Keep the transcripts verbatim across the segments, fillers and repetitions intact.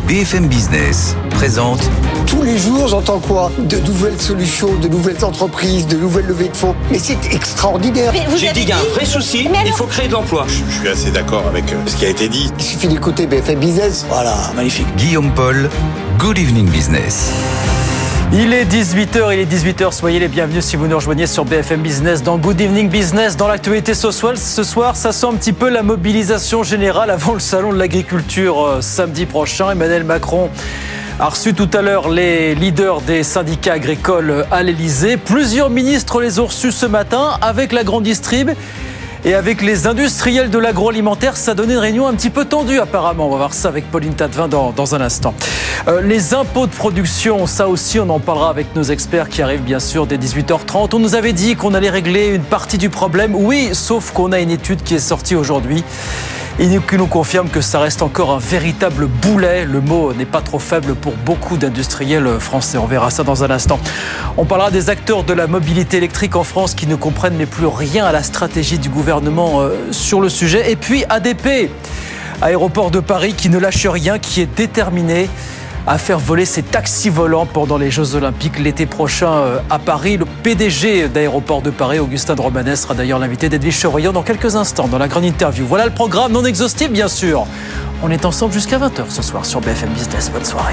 B F M Business présente. Tous les jours, j'entends quoi ? De nouvelles solutions, de nouvelles entreprises, de nouvelles levées de fonds. Mais c'est extraordinaire. Mais J'ai dit qu'il y a un vrai souci, il faut créer de l'emploi. Je, je suis assez d'accord avec ce qui a été dit. Il suffit d'écouter B F M Business. Voilà, magnifique. Guillaume Paul, Good Evening Business. Il est dix-huit heures, il est dix-huit heures, soyez les bienvenus si vous nous rejoignez sur B F M Business dans Good Evening Business. Dans l'actualité ce soir, ce soir, ça sent un petit peu la mobilisation générale avant le salon de l'agriculture euh, samedi prochain. Emmanuel Macron a reçu tout à l'heure les leaders des syndicats agricoles à l'Elysée. Plusieurs ministres les ont reçus ce matin avec la grande distrib. Et avec les industriels de l'agroalimentaire, ça donnait une réunion un petit peu tendue apparemment. On va voir ça avec Pauline Tadevin dans, dans un instant. Euh, les impôts de production, ça aussi on en parlera avec nos experts qui arrivent bien sûr dès dix-huit heures trente. On nous avait dit qu'on allait régler une partie du problème. Oui, sauf qu'on a une étude qui est sortie aujourd'hui et qui nous confirme que ça reste encore un véritable boulet. Le mot n'est pas trop faible pour beaucoup d'industriels français. On verra ça dans un instant. On parlera des acteurs de la mobilité électrique en France qui ne comprennent mais plus rien à la stratégie du gouvernement euh, sur le sujet. Et puis A D P, Aéroport de Paris, qui ne lâche rien, qui est déterminé à faire voler ses taxis volants pendant les Jeux Olympiques l'été prochain à Paris. Le P D G d'Aéroport de Paris, Augustin de Romanet, sera d'ailleurs l'invité d'Edwige Chevrillon dans quelques instants dans la grande interview. Voilà le programme non exhaustif, bien sûr. On est ensemble jusqu'à vingt heures ce soir sur B F M Business. Bonne soirée.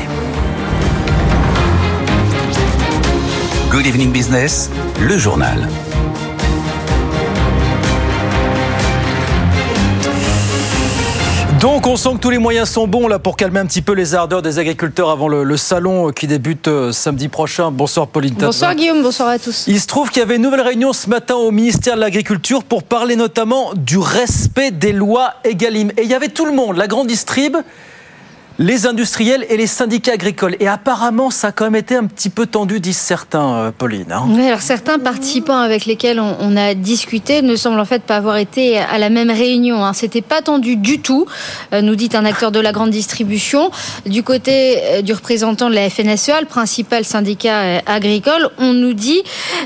Good Evening Business, le journal. Donc on sent que tous les moyens sont bons là pour calmer un petit peu les ardeurs des agriculteurs avant le, le salon qui débute euh, samedi prochain. Bonsoir Pauline Tadevin. Bonsoir Guillaume, bonsoir à tous. Il se trouve qu'il y avait une nouvelle réunion ce matin au ministère de l'Agriculture pour parler notamment du respect des lois Egalim. Et il y avait tout le monde, la grande distrib, les industriels et les syndicats agricoles. Et apparemment, ça a quand même été un petit peu tendu, disent certains, euh, Pauline. Hein. Oui, alors certains participants avec lesquels on, on a discuté ne semblent en fait pas avoir été à la même réunion. Hein. C'était pas tendu du tout, euh, nous dit un acteur de la grande distribution. Du côté euh, du représentant de la F N S E A, le principal syndicat euh, agricole, on nous dit,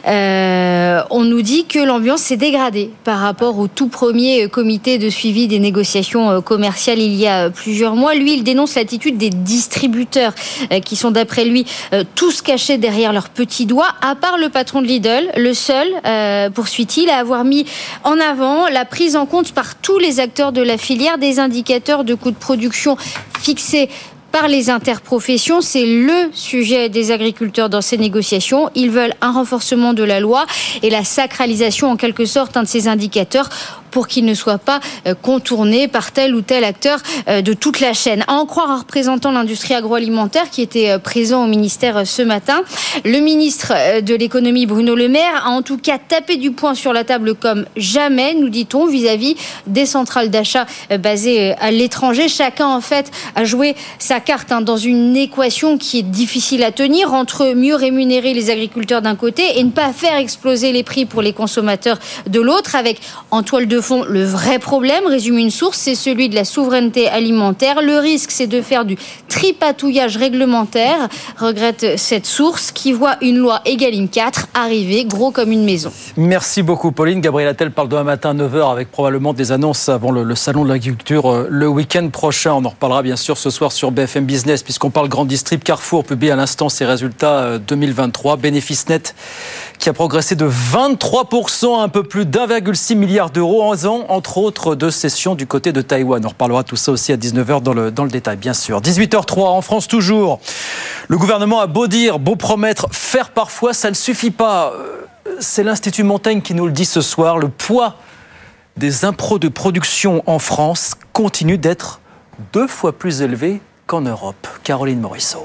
euh, on nous dit que l'ambiance s'est dégradée par rapport au tout premier comité de suivi des négociations euh, commerciales il y a plusieurs mois. Lui, il dénonce l'attitude des distributeurs euh, qui sont d'après lui euh, tous cachés derrière leurs petits doigts, à part le patron de Lidl, le seul, euh, poursuit-il, à avoir mis en avant la prise en compte par tous les acteurs de la filière des indicateurs de coûts de production fixés par les interprofessions. C'est le sujet des agriculteurs dans ces négociations. Ils veulent un renforcement de la loi et la sacralisation en quelque sorte un de ces indicateurs pour qu'il ne soit pas contourné par tel ou tel acteur de toute la chaîne. À en croire un représentant de l'industrie agroalimentaire qui était présent au ministère ce matin, le ministre de l'économie Bruno Le Maire a en tout cas tapé du poing sur la table comme jamais, nous dit-on, vis-à-vis des centrales d'achat basées à l'étranger. Chacun en fait a joué sa carte hein, dans une équation qui est difficile à tenir entre mieux rémunérer les agriculteurs d'un côté et ne pas faire exploser les prix pour les consommateurs de l'autre, avec en toile de fond le vrai problème, résume une source, c'est celui de la souveraineté alimentaire. Le risque, c'est de faire du tripatouillage réglementaire, regrette cette source qui voit une loi Egalim quatre arriver gros comme une maison. Merci beaucoup Pauline. Gabriel Attal parle demain matin à neuf heures avec probablement des annonces avant le, le salon de l'agriculture euh, le week-end prochain. On en reparlera bien sûr ce soir sur B F M Business puisqu'on parle grande distrib. Carrefour publie à l'instant ses résultats euh, deux mille vingt-trois. Bénéfice net qui a progressé de vingt-trois pour cent, un peu plus d'un virgule six milliard d'euros en an, entre autres de cessions du côté de Taïwan. On reparlera tout ça aussi à dix-neuf heures dans le, dans le détail, bien sûr. dix-huit heures trois, en France toujours. Le gouvernement a beau dire, beau promettre, faire parfois, ça ne suffit pas. C'est l'Institut Montaigne qui nous le dit ce soir. Le poids des impôts de production en France continue d'être deux fois plus élevé qu'en Europe. Caroline Morisseau.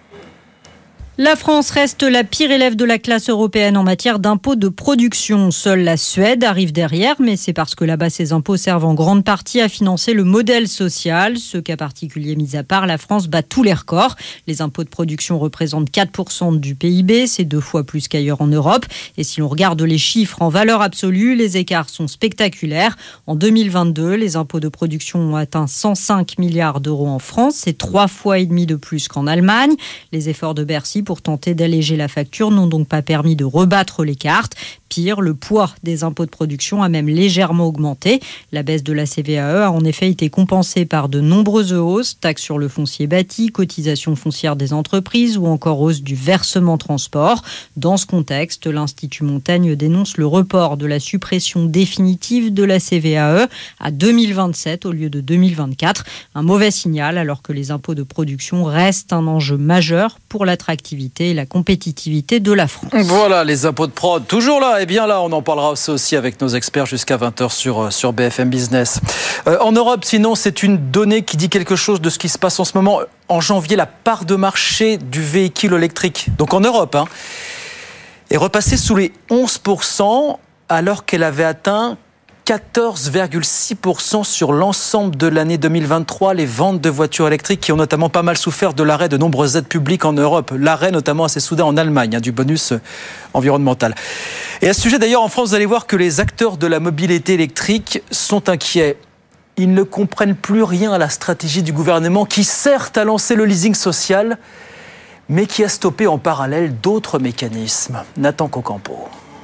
La France reste la pire élève de la classe européenne en matière d'impôts de production. Seule la Suède arrive derrière, mais c'est parce que là-bas, ces impôts servent en grande partie à financer le modèle social. Ce cas particulier mis à part, la France bat tous les records. Les impôts de production représentent quatre pour cent du P I B, c'est deux fois plus qu'ailleurs en Europe. Et si l'on regarde les chiffres en valeur absolue, les écarts sont spectaculaires. En deux mille vingt-deux, les impôts de production ont atteint cent cinq milliards d'euros en France. C'est trois fois et demi de plus qu'en Allemagne. Les efforts de Bercy choisis pour tenter d'alléger la facture n'ont donc pas permis de rebattre les cartes. Pire, le poids des impôts de production a même légèrement augmenté. La baisse de la C V A E a en effet été compensée par de nombreuses hausses, taxes sur le foncier bâti, cotisation foncière des entreprises ou encore hausse du versement transport. Dans ce contexte, l'Institut Montaigne dénonce le report de la suppression définitive de la C V A E à deux mille vingt-sept au lieu de deux mille vingt-quatre. Un mauvais signal alors que les impôts de production restent un enjeu majeur pour l'attractivité et la compétitivité de la France. Voilà, les impôts de prod, toujours là. Et bien là, on en parlera aussi avec nos experts jusqu'à vingt heures sur, sur B F M Business. Euh, en Europe, sinon, c'est une donnée qui dit quelque chose de ce qui se passe en ce moment. En janvier, la part de marché du véhicule électrique, donc en Europe, hein, est repassée sous les onze pour cent alors qu'elle avait atteint quatorze virgule six pour cent sur l'ensemble de l'année deux mille vingt-trois. Les ventes de voitures électriques qui ont notamment pas mal souffert de l'arrêt de nombreuses aides publiques en Europe. L'arrêt notamment assez soudain en Allemagne, hein, du bonus environnemental. Et à ce sujet d'ailleurs, en France, vous allez voir que les acteurs de la mobilité électrique sont inquiets. Ils ne comprennent plus rien à la stratégie du gouvernement qui certes a lancé le leasing social, mais qui a stoppé en parallèle d'autres mécanismes. Nathan Cocampo.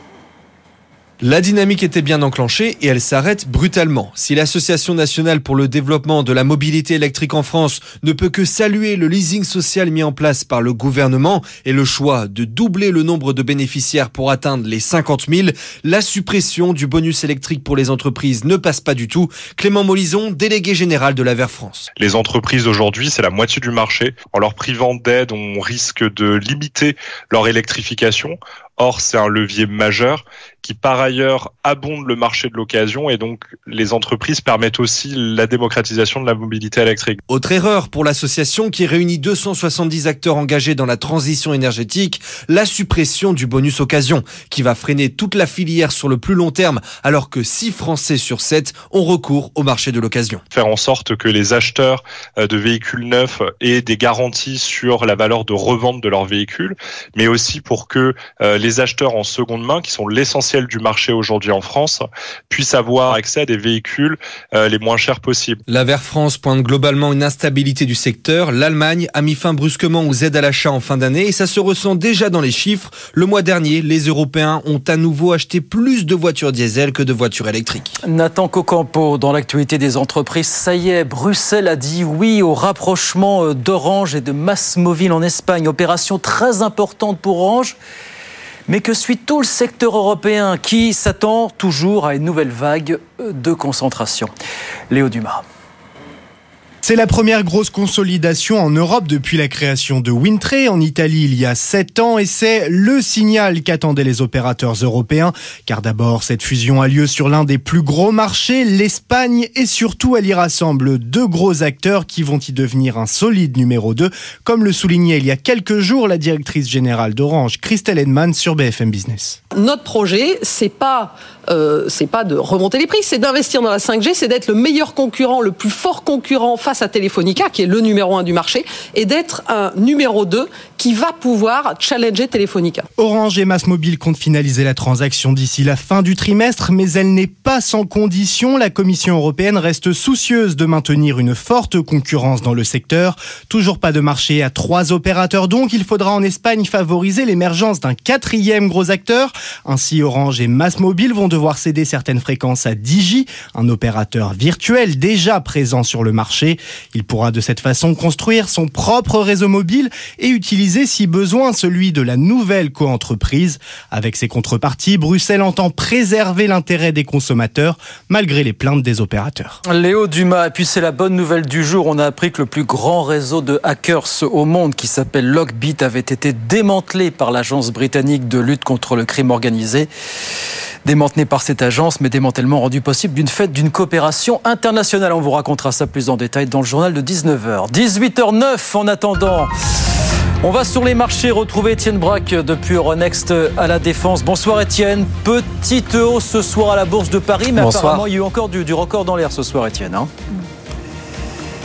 La dynamique était bien enclenchée et elle s'arrête brutalement. Si l'Association nationale pour le développement de la mobilité électrique en France ne peut que saluer le leasing social mis en place par le gouvernement et le choix de doubler le nombre de bénéficiaires pour atteindre les cinquante mille, la suppression du bonus électrique pour les entreprises ne passe pas du tout. Clément Molison, délégué général de l'Aver France. Les entreprises aujourd'hui, c'est la moitié du marché. En leur privant d'aide, on risque de limiter leur électrification. Or, c'est un levier majeur qui, par ailleurs, abonde le marché de l'occasion et donc les entreprises permettent aussi la démocratisation de la mobilité électrique. Autre erreur pour l'association qui réunit deux cent soixante-dix acteurs engagés dans la transition énergétique, la suppression du bonus occasion qui va freiner toute la filière sur le plus long terme alors que six Français sur sept ont recours au marché de l'occasion. Faire en sorte que les acheteurs de véhicules neufs aient des garanties sur la valeur de revente de leurs véhicules, mais aussi pour que les Les acheteurs en seconde main, qui sont l'essentiel du marché aujourd'hui en France, puissent avoir accès à des véhicules euh, les moins chers possibles. L'Aver France pointe globalement une instabilité du secteur. L'Allemagne a mis fin brusquement aux aides à l'achat en fin d'année et ça se ressent déjà dans les chiffres. Le mois dernier, les Européens ont à nouveau acheté plus de voitures diesel que de voitures électriques. Nathan Cocampo, dans l'actualité des entreprises, ça y est, Bruxelles a dit oui au rapprochement d'Orange et de MásMóvil en Espagne. Opération très importante pour Orange. Mais que suit tout le secteur européen qui s'attend toujours à une nouvelle vague de concentration. Léo Dumas. C'est la première grosse consolidation en Europe depuis la création de Wind en Italie il y a sept ans et c'est le signal qu'attendaient les opérateurs européens. Car d'abord, cette fusion a lieu sur l'un des plus gros marchés, l'Espagne, et surtout elle y rassemble deux gros acteurs qui vont y devenir un solide numéro deux, comme le soulignait il y a quelques jours la directrice générale d'Orange, Christelle Edman, sur B F M Business. Notre projet, c'est pas, euh, c'est pas de remonter les prix, c'est d'investir dans la cinq G, c'est d'être le meilleur concurrent, le plus fort concurrent face à Telefonica, qui est le numéro un du marché, et d'être un numéro deux qui va pouvoir challenger Telefonica. Orange et MásMóvil comptent finaliser la transaction d'ici la fin du trimestre, mais elle n'est pas sans condition. La Commission européenne reste soucieuse de maintenir une forte concurrence dans le secteur. Toujours pas de marché à trois opérateurs, donc il faudra en Espagne favoriser l'émergence d'un quatrième gros acteur. Ainsi, Orange et MásMóvil vont devoir céder certaines fréquences à Digi, un opérateur virtuel déjà présent sur le marché. Il pourra de cette façon construire son propre réseau mobile et utiliser si besoin celui de la nouvelle coentreprise. Avec ses contreparties, Bruxelles entend préserver l'intérêt des consommateurs malgré les plaintes des opérateurs. Léo Dumas, et puis c'est la bonne nouvelle du jour. On a appris que le plus grand réseau de hackers au monde qui s'appelle Lockbit avait été démantelé par l'agence britannique de lutte contre le crime organisé. Démantelé par cette agence, mais démantèlement rendu possible d'une fête d'une coopération internationale. On vous racontera ça plus en détail dans le journal de dix-neuf heures. dix-huit heures neuf en attendant. On va sur les marchés retrouver Étienne Braque depuis Euronext à la Défense. Bonsoir Étienne. Petite hausse ce soir à la Bourse de Paris, mais Bonsoir. Apparemment il y a eu encore du, du record dans l'air ce soir Étienne. Hein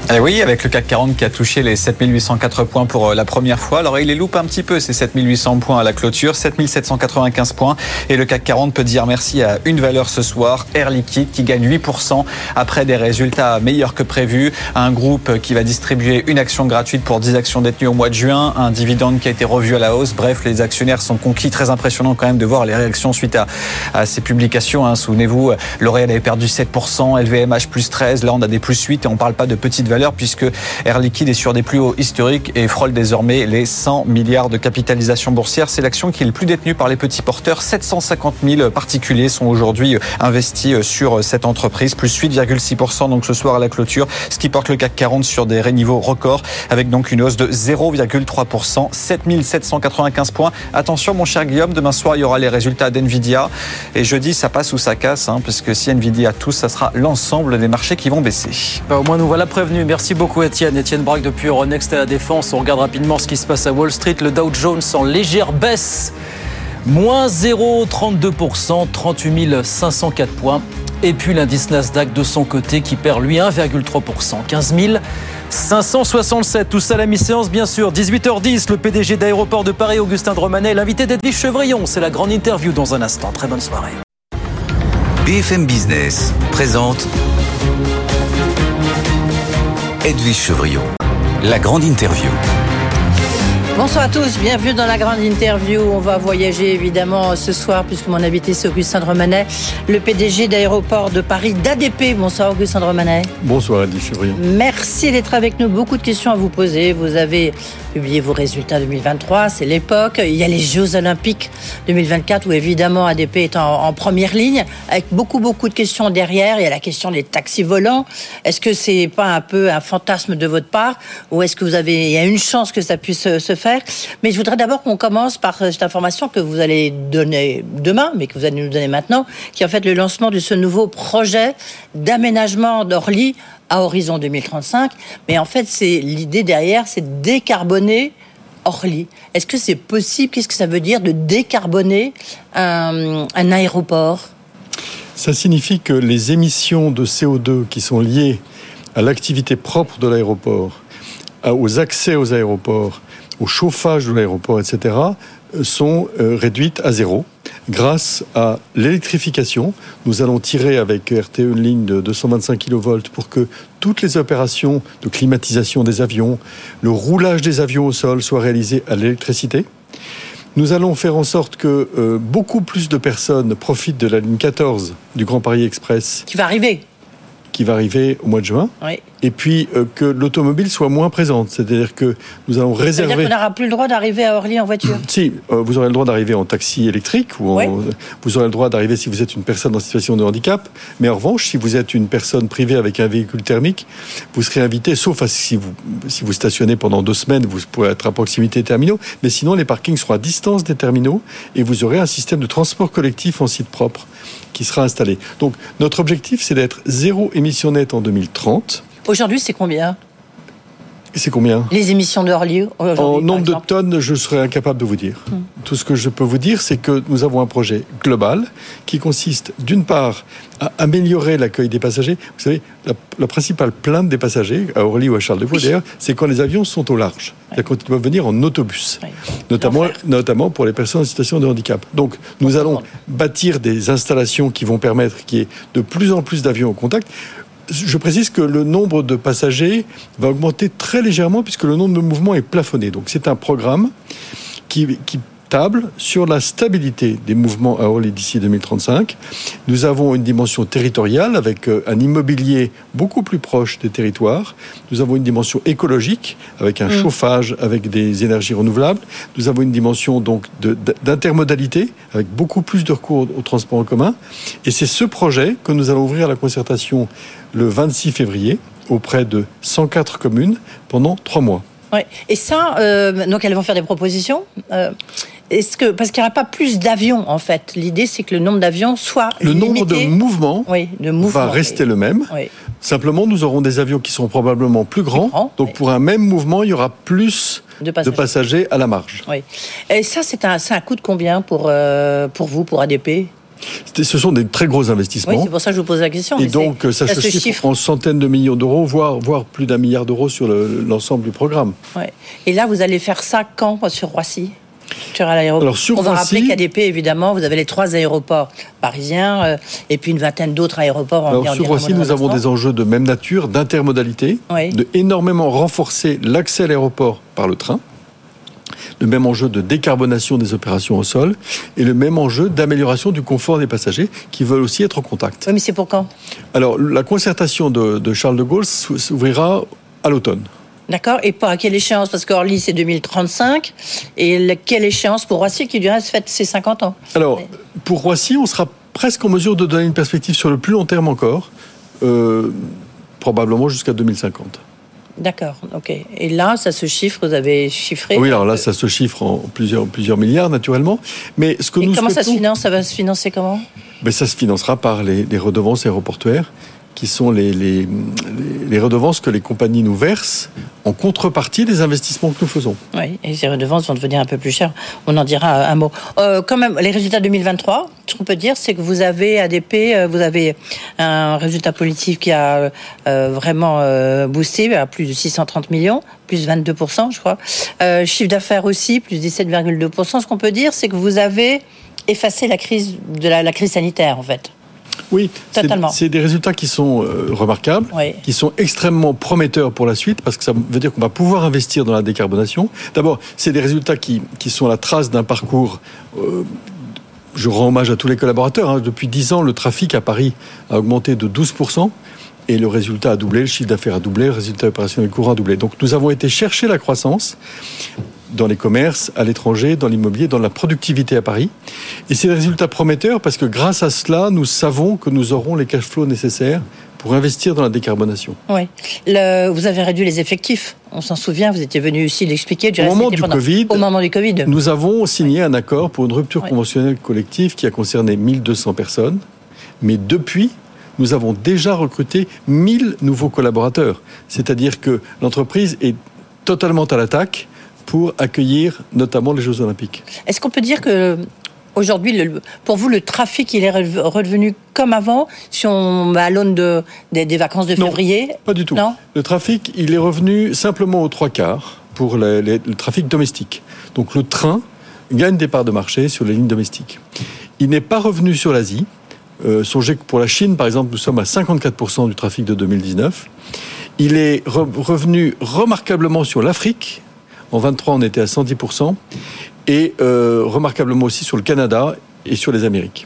Et oui, avec le C A C quarante qui a touché les sept mille huit cent quatre points pour la première fois. Alors il les loupe un petit peu, ces sept mille huit cents points à la clôture, sept mille sept cent quatre-vingt-quinze points. Et le C A C quarante peut dire merci à une valeur ce soir, Air Liquide, qui gagne huit pour cent après des résultats meilleurs que prévus. Un groupe qui va distribuer une action gratuite pour dix actions détenues au mois de juin, un dividende qui a été revu à la hausse. Bref, les actionnaires sont conquis. Très impressionnant quand même de voir les réactions suite à, à ces publications. Hein. Souvenez-vous, L'Oréal avait perdu sept pour cent, L V M H plus treize, là on a des plus huit et on ne parle pas de petites valeurs puisque Air Liquide est sur des plus hauts historiques et frôle désormais les cent milliards de capitalisation boursière. C'est l'action qui est le plus détenue par les petits porteurs. sept cent cinquante mille particuliers sont aujourd'hui investis sur cette entreprise, plus huit virgule six pour cent donc ce soir à la clôture, ce qui porte le C A C quarante sur des niveaux records avec donc une hausse de zéro virgule trois pour cent, sept mille sept cent quatre-vingt-quinze points. Attention mon cher Guillaume, demain soir il y aura les résultats d'Nvidia et jeudi ça passe ou ça casse, hein, parce que si Nvidia tousse, ça sera l'ensemble des marchés qui vont baisser. Bah, au moins nous voilà prévenus. Merci beaucoup Étienne. Étienne Braque depuis Euronext à la Défense. On regarde rapidement ce qui se passe à Wall Street. Le Dow Jones en légère baisse, moins zéro virgule trente-deux pour cent, trente-huit mille cinq cent quatre points. Et puis l'indice Nasdaq de son côté qui perd lui un virgule trois pour cent, quinze mille cinq cent soixante-sept. Tout ça à la mi-séance bien sûr. dix-huit heures dix, le P D G d'Aéroport de Paris, Augustin de Romanet, l'invité d'Edwige Chevrillon. C'est la grande interview dans un instant. Très bonne soirée. B F M Business présente Edwige Chevrillon, la grande interview. Bonsoir à tous, bienvenue dans la grande interview. On va voyager évidemment ce soir puisque mon invité c'est Augustin de Romanet, le P D G d'Aéroport de Paris d'A D P. Bonsoir Augustin de Romanet. Bonsoir Edwige Chevrillon. Merci d'être avec nous, beaucoup de questions à vous poser. Vous avez publié vos résultats deux mille vingt-trois, c'est l'époque. Il y a les Jeux Olympiques deux mille vingt-quatre où évidemment A D P est en, en première ligne avec beaucoup beaucoup de questions derrière. Il y a la question des taxis volants. Est-ce que c'est pas un peu un fantasme de votre part ou est-ce que vous avez, il y a une chance que ça puisse se faire? Mais je voudrais d'abord qu'on commence par cette information que vous allez donner demain, mais que vous allez nous donner maintenant, qui est en fait le lancement de ce nouveau projet d'aménagement d'Orly à horizon deux mille trente-cinq. Mais en fait, c'est l'idée derrière, c'est de décarboner Orly. Est-ce que c'est possible? Qu'est-ce que ça veut dire de décarboner un, un aéroport? Ça signifie que les émissions de C O deux qui sont liées à l'activité propre de l'aéroport, aux accès aux aéroports, au chauffage de l'aéroport, et cetera, sont réduites à zéro. Grâce à l'électrification, nous allons tirer avec R T E une ligne de deux cent vingt-cinq kilovolts pour que toutes les opérations de climatisation des avions, le roulage des avions au sol soient réalisés à l'électricité. Nous allons faire en sorte que euh, beaucoup plus de personnes profitent de la ligne quatorze du Grand Paris Express. Qui va arriver. Qui va arriver au mois de juin. Oui. Et puis euh, que l'automobile soit moins présente. C'est-à-dire que nous allons réserver... C'est-à-dire qu'on n'aura plus le droit d'arriver à Orly en voiture? Si, euh, vous aurez le droit d'arriver en taxi électrique, ou en... oui. Vous aurez le droit d'arriver si vous êtes une personne en situation de handicap, mais en revanche, si vous êtes une personne privée avec un véhicule thermique, vous serez invité, sauf à si vous, si vous stationnez pendant deux semaines, vous pourrez être à proximité des terminaux, mais sinon les parkings seront à distance des terminaux, et vous aurez un système de transport collectif en site propre qui sera installé. Donc notre objectif, c'est d'être zéro émission nette en deux mille trente. Aujourd'hui, c'est combien? C'est combien? Les émissions d'Orly en nombre de tonnes, je serais incapable de vous dire. Hum. Tout ce que je peux vous dire, c'est que nous avons un projet global qui consiste, d'une part, à améliorer l'accueil des passagers. Vous savez, la, la principale plainte des passagers, à Orly ou à Charles de Gaulle, oui. d'ailleurs, c'est quand les avions sont au large. Ouais. C'est quand ils doivent venir en autobus, ouais. notamment, notamment pour les personnes en situation de handicap. Donc, nous allons bâtir des installations qui vont permettre qu'il y ait de plus en plus d'avions au contact. Je précise que le nombre de passagers va augmenter très légèrement puisque le nombre de mouvements est plafonné. Donc c'est un programme qui, qui table sur la stabilité des mouvements à Orly d'ici deux mille trente-cinq. Nous avons une dimension territoriale avec un immobilier beaucoup plus proche des territoires. Nous avons une dimension écologique avec un mmh. chauffage avec des énergies renouvelables. Nous avons une dimension donc de, d'intermodalité avec beaucoup plus de recours au transport en commun. Et c'est ce projet que nous allons ouvrir à la concertation le vingt-six février auprès de cent quatre communes pendant trois mois. Ouais. Et ça, euh, donc elles vont faire des propositions. Euh, est-ce que parce qu'il n'y aura pas plus d'avions en fait. L'idée c'est que le nombre d'avions soit le limité. nombre de mouvements, oui, de mouvements va rester oui. le même. Oui. Simplement, nous aurons des avions qui seront probablement plus grands. Plus grand, donc oui. pour un même mouvement, il y aura plus de passagers, de passagers à la marge. Oui. Et ça, c'est un, c'est un coût de combien pour euh, pour vous, pour A D P? Ce sont des très gros investissements. Oui, c'est pour ça que je vous pose la question. Et donc, ça, ça se chiffre, chiffre en centaines de millions d'euros, voire, voire plus d'un milliard d'euros sur le, l'ensemble du programme. Ouais. Et là, vous allez faire ça quand sur Roissy? Sur l'aéroport. Alors, sur On va Roissy, rappeler qu'A D P, évidemment, vous avez les trois aéroports parisiens euh, et puis une vingtaine d'autres aéroports. Alors, sur Roissy, nous avons des enjeux de même nature, d'intermodalité, oui. de énormément renforcer l'accès à l'aéroport par le train, le même enjeu de décarbonation des opérations au sol et le même enjeu d'amélioration du confort des passagers qui veulent aussi être en contact. Oui, mais c'est pour quand? Alors, la concertation de, de Charles de Gaulle s'ouvrira à l'automne. D'accord. Et à quelle échéance? Parce qu'Orly, c'est deux mille trente-cinq. Et quelle échéance pour Roissy, qui du reste fête ses cinquante ans? Alors, pour Roissy, on sera presque en mesure de donner une perspective sur le plus long terme encore, euh, probablement jusqu'à deux mille cinquante. D'accord, ok. Et là, ça se chiffre, vous avez chiffré? Oui, alors là, ça se chiffre en plusieurs, plusieurs milliards, naturellement. Mais ce que Et nous comment souhaitons... ça se finance? Ça va se financer comment? Ben, ça se financera par les, les redevances aéroportuaires, qui sont les, les, les redevances que les compagnies nous versent en contrepartie des investissements que nous faisons. Oui, et ces redevances vont devenir un peu plus chères. On en dira un mot. Euh, quand même, les résultats deux mille vingt-trois, ce qu'on peut dire, c'est que vous avez, A D P, vous avez un résultat positif qui a euh, vraiment euh, boosté à plus de six cent trente millions, plus vingt-deux pour cent, je crois. Euh, chiffre d'affaires aussi, plus dix-sept virgule deux pour cent. Ce qu'on peut dire, c'est que vous avez effacé la crise, de la, la crise sanitaire, en fait. Oui, totalement. C'est, c'est des résultats qui sont euh, remarquables, oui. qui sont extrêmement prometteurs pour la suite, parce que ça veut dire qu'on va pouvoir investir dans la décarbonation. D'abord, c'est des résultats qui, qui sont la trace d'un parcours... Euh, je rends hommage à tous les collaborateurs. Hein. Depuis dix ans, le trafic à Paris a augmenté de douze pour cent. Et le résultat a doublé, le chiffre d'affaires a doublé, le résultat opérationnel courant a doublé. Donc nous avons été chercher la croissance dans les commerces, à l'étranger, dans l'immobilier, dans la productivité à Paris. Et c'est des résultats prometteurs parce que grâce à cela, nous savons que nous aurons les cash flows nécessaires pour investir dans la décarbonation. Oui. Le, vous avez réduit les effectifs. On s'en souvient, vous étiez venu ici l'expliquer. Du Au, reste, moment du pendant, COVID, au moment du Covid, nous avons signé un accord pour une rupture oui. conventionnelle collective qui a concerné mille deux cents personnes. Mais depuis, nous avons déjà recruté mille nouveaux collaborateurs. C'est-à-dire que l'entreprise est totalement à l'attaque pour accueillir notamment les Jeux Olympiques. Est-ce qu'on peut dire que aujourd'hui, le, pour vous, le trafic il est redevenu comme avant, si on à l'aune de, des, des vacances de février? Non, pas du tout. Non. Le trafic, il est revenu simplement aux trois quarts pour les, les, le trafic domestique. Donc le train gagne des parts de marché sur les lignes domestiques. Il n'est pas revenu sur l'Asie. Euh, songez que pour la Chine, par exemple, nous sommes à cinquante-quatre pour cent du trafic de deux mille dix-neuf. Il est re- revenu remarquablement sur l'Afrique. En vingt-trois, on était à cent dix pour cent. Et euh, remarquablement aussi sur le Canada et sur les Amériques.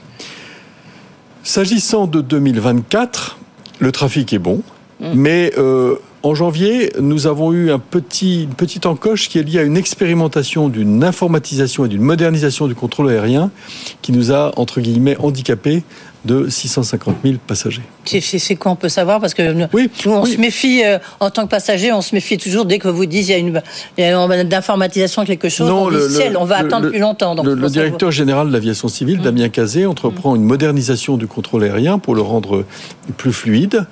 S'agissant de deux mille vingt-quatre, le trafic est bon. Mmh. Mais euh, en janvier, nous avons eu un petit, une petite encoche qui est liée à une expérimentation d'une informatisation et d'une modernisation du contrôle aérien qui nous a, entre guillemets, handicapés de six cent cinquante mille passagers. C'est, c'est, c'est quoi on peut savoir? Parce que nous, oui, nous on oui. se méfie, euh, en tant que passager, on se méfie toujours dès que vous dites qu'il y a une, il y a une d'informatisation, quelque chose, non, on le, dit ciel, le, on va le, attendre le, plus longtemps. Donc le, le directeur vous... général de l'aviation civile, mmh. Damien Cazé, entreprend mmh. une modernisation du contrôle aérien pour le rendre plus fluide.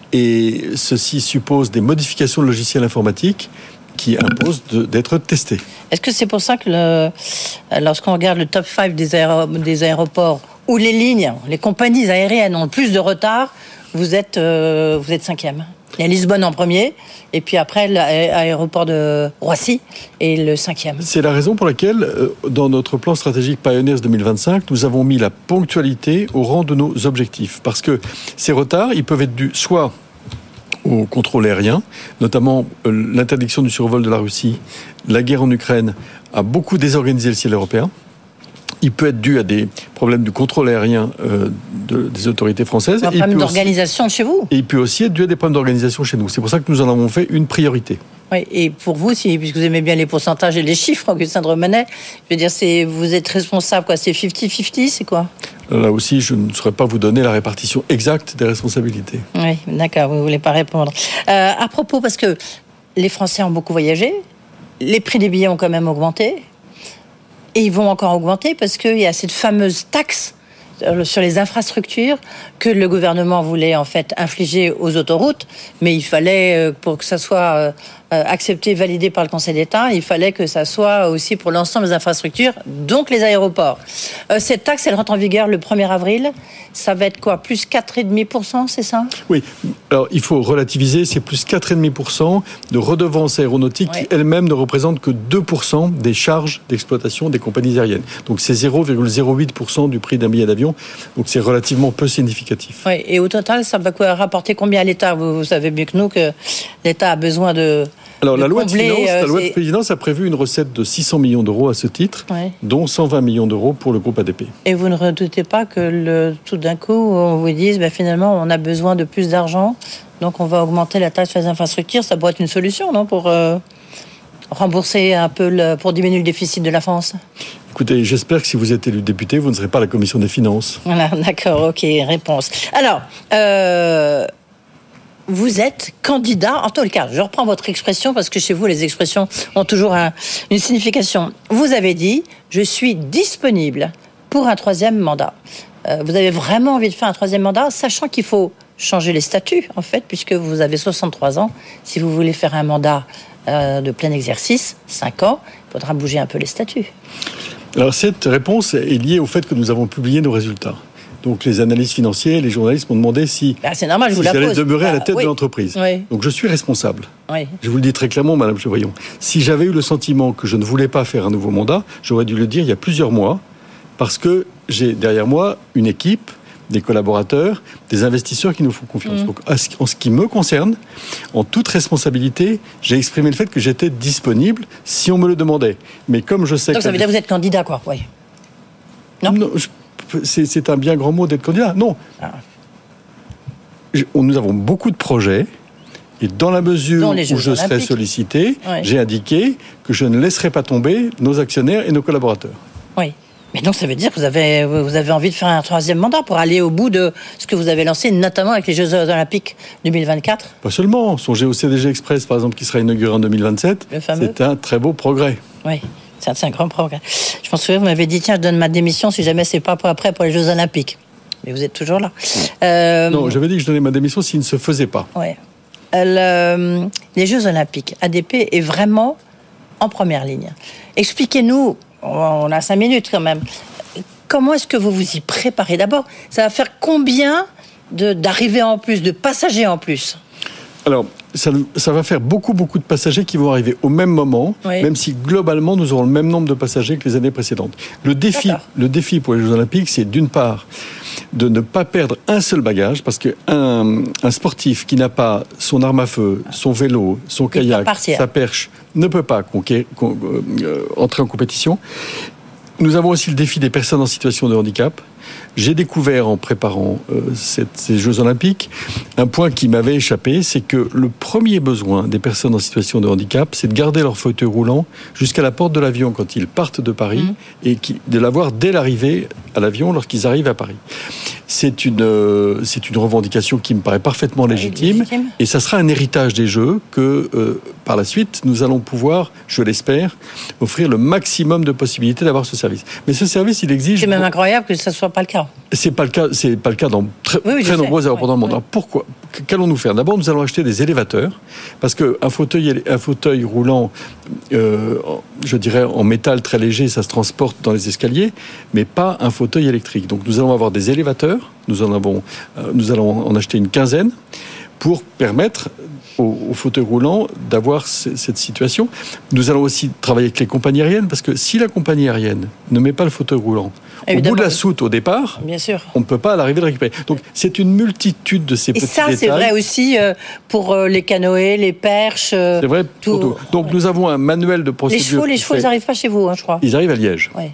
Et ceci suppose des modifications de logiciels informatiques qui imposent de, d'être testés. Est-ce que c'est pour ça que le, lorsqu'on regarde le top cinq des, aéro, des aéroports où les lignes, les compagnies aériennes ont le plus de retard, vous êtes, euh, vous êtes cinquième? Il y a Lisbonne en premier, et puis après l'aéroport de Roissy est le cinquième. C'est la raison pour laquelle, dans notre plan stratégique Pioneers deux mille vingt-cinq, nous avons mis la ponctualité au rang de nos objectifs. Parce que ces retards, ils peuvent être dus soit au contrôle aérien, notamment l'interdiction du survol de la Russie, la guerre en Ukraine a beaucoup désorganisé le ciel européen. Il peut être dû à des problèmes de contrôle aérien euh, de, des autorités françaises. Un problème d'organisation aussi, chez vous. Et il peut aussi être dû à des problèmes d'organisation chez nous. C'est pour ça que nous en avons fait une priorité. Oui, et pour vous, si, puisque vous aimez bien les pourcentages et les chiffres, Augustin de Romanet, je veux dire, c'est, vous êtes responsable, quoi, c'est cinquante cinquante, c'est quoi? Là aussi, je ne saurais pas vous donner la répartition exacte des responsabilités. Oui, d'accord, vous ne voulez pas répondre. Euh, à propos, parce que les Français ont beaucoup voyagé, les prix des billets ont quand même augmenté, et ils vont encore augmenter parce qu'il y a cette fameuse taxe sur les infrastructures que le gouvernement voulait en fait infliger aux autoroutes, mais il fallait, pour que ça soit euh, accepté, validé par le Conseil d'État, il fallait que ça soit aussi pour l'ensemble des infrastructures, donc les aéroports. Euh, cette taxe, elle rentre en vigueur le premier avril. Ça va être quoi? Plus quatre virgule cinq pour cent, c'est ça? Oui. Alors, il faut relativiser. C'est plus quatre virgule cinq pour cent de redevances aéronautiques oui. qui elles-mêmes ne représentent que deux pour cent des charges d'exploitation des compagnies aériennes. Donc, c'est zéro virgule zéro huit pour cent du prix d'un billet d'avion. Donc, c'est relativement peu significatif. Oui. Et au total, ça va quoi, rapporter combien à l'État? vous, vous savez mieux que nous que l'État a besoin de... Alors, de la loi, combler, de finances, euh, la loi de c'est... finances a prévu une recette de six cents millions d'euros à ce titre, ouais. dont cent vingt millions d'euros pour le groupe A D P. Et vous ne redoutez pas que le, tout d'un coup, on vous dise, ben, finalement, on a besoin de plus d'argent, donc on va augmenter la taxe sur les infrastructures. Ça pourrait être une solution, non, pour euh, rembourser un peu, le, pour diminuer le déficit de la France? Écoutez, j'espère que si vous êtes élu député, vous ne serez pas à la commission des finances. Voilà, d'accord, ok, réponse. Alors, euh... vous êtes candidat, en tout cas, je reprends votre expression parce que chez vous, les expressions ont toujours un, une signification. Vous avez dit, je suis disponible pour un troisième mandat. Euh, vous avez vraiment envie de faire un troisième mandat, sachant qu'il faut changer les statuts, en fait, puisque vous avez soixante-trois ans. Si vous voulez faire un mandat euh, de plein exercice, cinq ans, il faudra bouger un peu les statuts. Alors, cette réponse est liée au fait que nous avons publié nos résultats. Donc les analystes financiers, les journalistes m'ont demandé si, bah, c'est normal, je si vous la j'allais pose. demeurer bah, à la tête oui. de l'entreprise. Oui. Donc je suis responsable. Oui. Je vous le dis très clairement, Madame Chevrillon. Si j'avais eu le sentiment que je ne voulais pas faire un nouveau mandat, j'aurais dû le dire il y a plusieurs mois, parce que j'ai derrière moi une équipe, des collaborateurs, des investisseurs qui nous font confiance. Mmh. Donc en ce qui me concerne, en toute responsabilité, j'ai exprimé le fait que j'étais disponible si on me le demandait. Mais comme je sais Donc que... ça veut dire que vous êtes candidat, quoi. Oui. Non, non je... C'est, c'est un bien grand mot d'être candidat. Non. Ah. Nous avons beaucoup de projets et dans la mesure où je serai Olympiques. sollicité, oui. j'ai indiqué que je ne laisserai pas tomber nos actionnaires et nos collaborateurs. Oui. Mais donc ça veut dire que vous avez, vous avez envie de faire un troisième mandat pour aller au bout de ce que vous avez lancé, notamment avec les Jeux Olympiques deux mille vingt-quatre? Pas seulement. Songez au C D G Express, par exemple, qui sera inauguré en deux mille vingt-sept. Le fameux. C'est un très beau progrès. Oui. C'est un grand progrès. Je pense que vous m'avez dit, tiens, je donne ma démission si jamais c'est pas pour après pour les Jeux Olympiques. Mais vous êtes toujours là. Euh... Non, j'avais dit que je donnais ma démission s'il ne se faisait pas. Oui. Le... Les Jeux Olympiques, A D P est vraiment en première ligne. Expliquez-nous, on a cinq minutes quand même, comment est-ce que vous vous y préparez? D'abord, ça va faire combien de, d'arrivées en plus, de passagers en plus? Alors, ça, ça va faire beaucoup, beaucoup de passagers qui vont arriver au même moment, oui. même si globalement, nous aurons le même nombre de passagers que les années précédentes. Le défi, le défi pour les Jeux Olympiques, c'est d'une part de ne pas perdre un seul bagage, parce qu'un un sportif qui n'a pas son arme à feu, son vélo, son kayak, sa perche, ne peut pas conquérir, con, euh, entrer en compétition. Nous avons aussi le défi des personnes en situation de handicap. J'ai découvert en préparant euh, cette, ces Jeux Olympiques un point qui m'avait échappé, c'est que le premier besoin des personnes en situation de handicap, c'est de garder leur fauteuil roulant jusqu'à la porte de l'avion quand ils partent de Paris mmh. et qui, de l'avoir dès l'arrivée à l'avion lorsqu'ils arrivent à Paris. C'est une, euh, c'est une revendication qui me paraît parfaitement légitime, légitime. Et ça sera un héritage des Jeux que, euh, par la suite, nous allons pouvoir, je l'espère, offrir le maximum de possibilités d'avoir ce service. Mais ce service, il exige... C'est même incroyable que ça ne soit pas le cas. C'est pas le cas, c'est pas le cas dans très, oui, oui, très nombreux aéroports dans le monde. Alors pourquoi? Qu'allons-nous faire? D'abord, nous allons acheter des élévateurs, parce qu'un fauteuil, un fauteuil roulant, euh, je dirais en métal très léger, ça se transporte dans les escaliers, mais pas un fauteuil électrique. Donc nous allons avoir des élévateurs, nous en avons, euh, nous allons en acheter une quinzaine pour permettre aux, aux fauteuils roulants d'avoir c- cette situation. Nous allons aussi travailler avec les compagnies aériennes, parce que si la compagnie aérienne ne met pas le fauteuil roulant Évidemment. Au bout de la soute au départ, bien sûr. On ne peut pas à l'arrivée le récupérer. Donc c'est une multitude de ces et petits ça, détails. Et ça, c'est vrai aussi euh, pour euh, les canoës, les perches. Euh, c'est vrai tout. pour tout. Donc ouais. Nous avons un manuel de procédure. Les chevaux, les chevaux, fait... ils n'arrivent pas chez vous, hein, je crois. Ils arrivent à Liège. Ouais.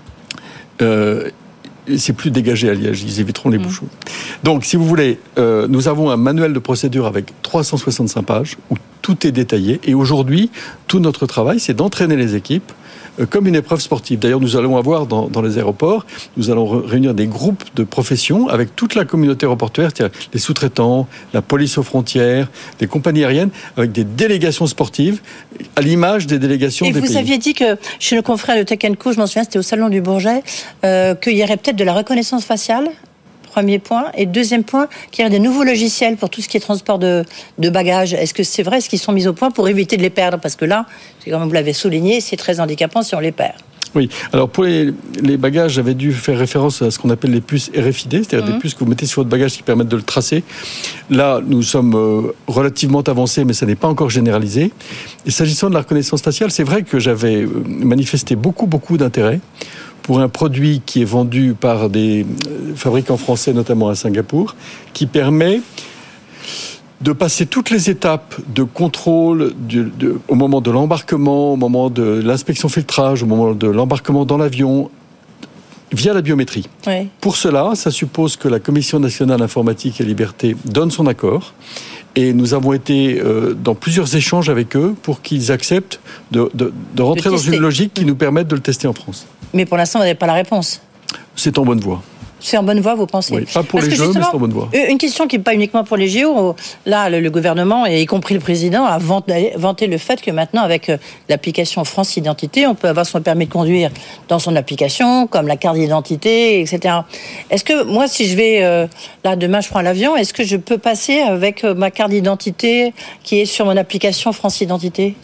Euh, c'est plus dégagé à Liège, ils éviteront les mmh. bouchons. Donc, si vous voulez, euh, nous avons un manuel de procédure avec trois cent soixante-cinq pages où tout est détaillé. Et aujourd'hui, tout notre travail, c'est d'entraîner les équipes euh, comme une épreuve sportive. D'ailleurs, nous allons avoir dans, dans les aéroports, nous allons re- réunir des groupes de professions avec toute la communauté aéroportuaire, c'est-à-dire les sous-traitants, la police aux frontières, les compagnies aériennes, avec des délégations sportives, à l'image des délégations et des pays. Et vous aviez dit que chez le confrère de Tech and Co, je m'en souviens, c'était au Salon du Bourget, euh, qu'il y aurait peut-être de la reconnaissance faciale Premier point. Et deuxième point, qu'il y a des nouveaux logiciels pour tout ce qui est transport de, de bagages. Est-ce que c'est vrai, est-ce qu'ils sont mis au point pour éviter de les perdre? Parce que là, comme vous l'avez souligné, c'est très handicapant si on les perd. Oui, alors pour les, les bagages, j'avais dû faire référence à ce qu'on appelle les puces R F I D, c'est-à-dire mmh. des puces que vous mettez sur votre bagage qui permettent de le tracer. Là, nous sommes euh, relativement avancés, mais ça n'est pas encore généralisé. Et s'agissant de la reconnaissance faciale, c'est vrai que j'avais manifesté beaucoup, beaucoup d'intérêt pour un produit qui est vendu par des fabricants français, notamment à Singapour, qui permet de passer toutes les étapes de contrôle de, de, au moment de l'embarquement, au moment de l'inspection filtrage, au moment de l'embarquement dans l'avion, via la biométrie. Oui. Pour cela, ça suppose que la Commission nationale informatique et liberté donne son accord. Et nous avons été euh, dans plusieurs échanges avec eux pour qu'ils acceptent de, de, de rentrer de dans une logique qui nous permette de le tester en France. Mais pour l'instant, vous n'avez pas la réponse. C'est en bonne voie. C'est en bonne voie, vous pensez? Oui, pas pour Parce les Jeux, mais c'est en bonne voie. Une question qui n'est pas uniquement pour les J O. Là, le, le gouvernement, et y compris le président, a vanté, vanté le fait que maintenant, avec l'application France Identité, on peut avoir son permis de conduire dans son application, comme la carte d'identité, et cetera. Est-ce que, moi, si je vais, euh, là, demain, je prends l'avion, est-ce que je peux passer avec ma carte d'identité qui est sur mon application France Identité?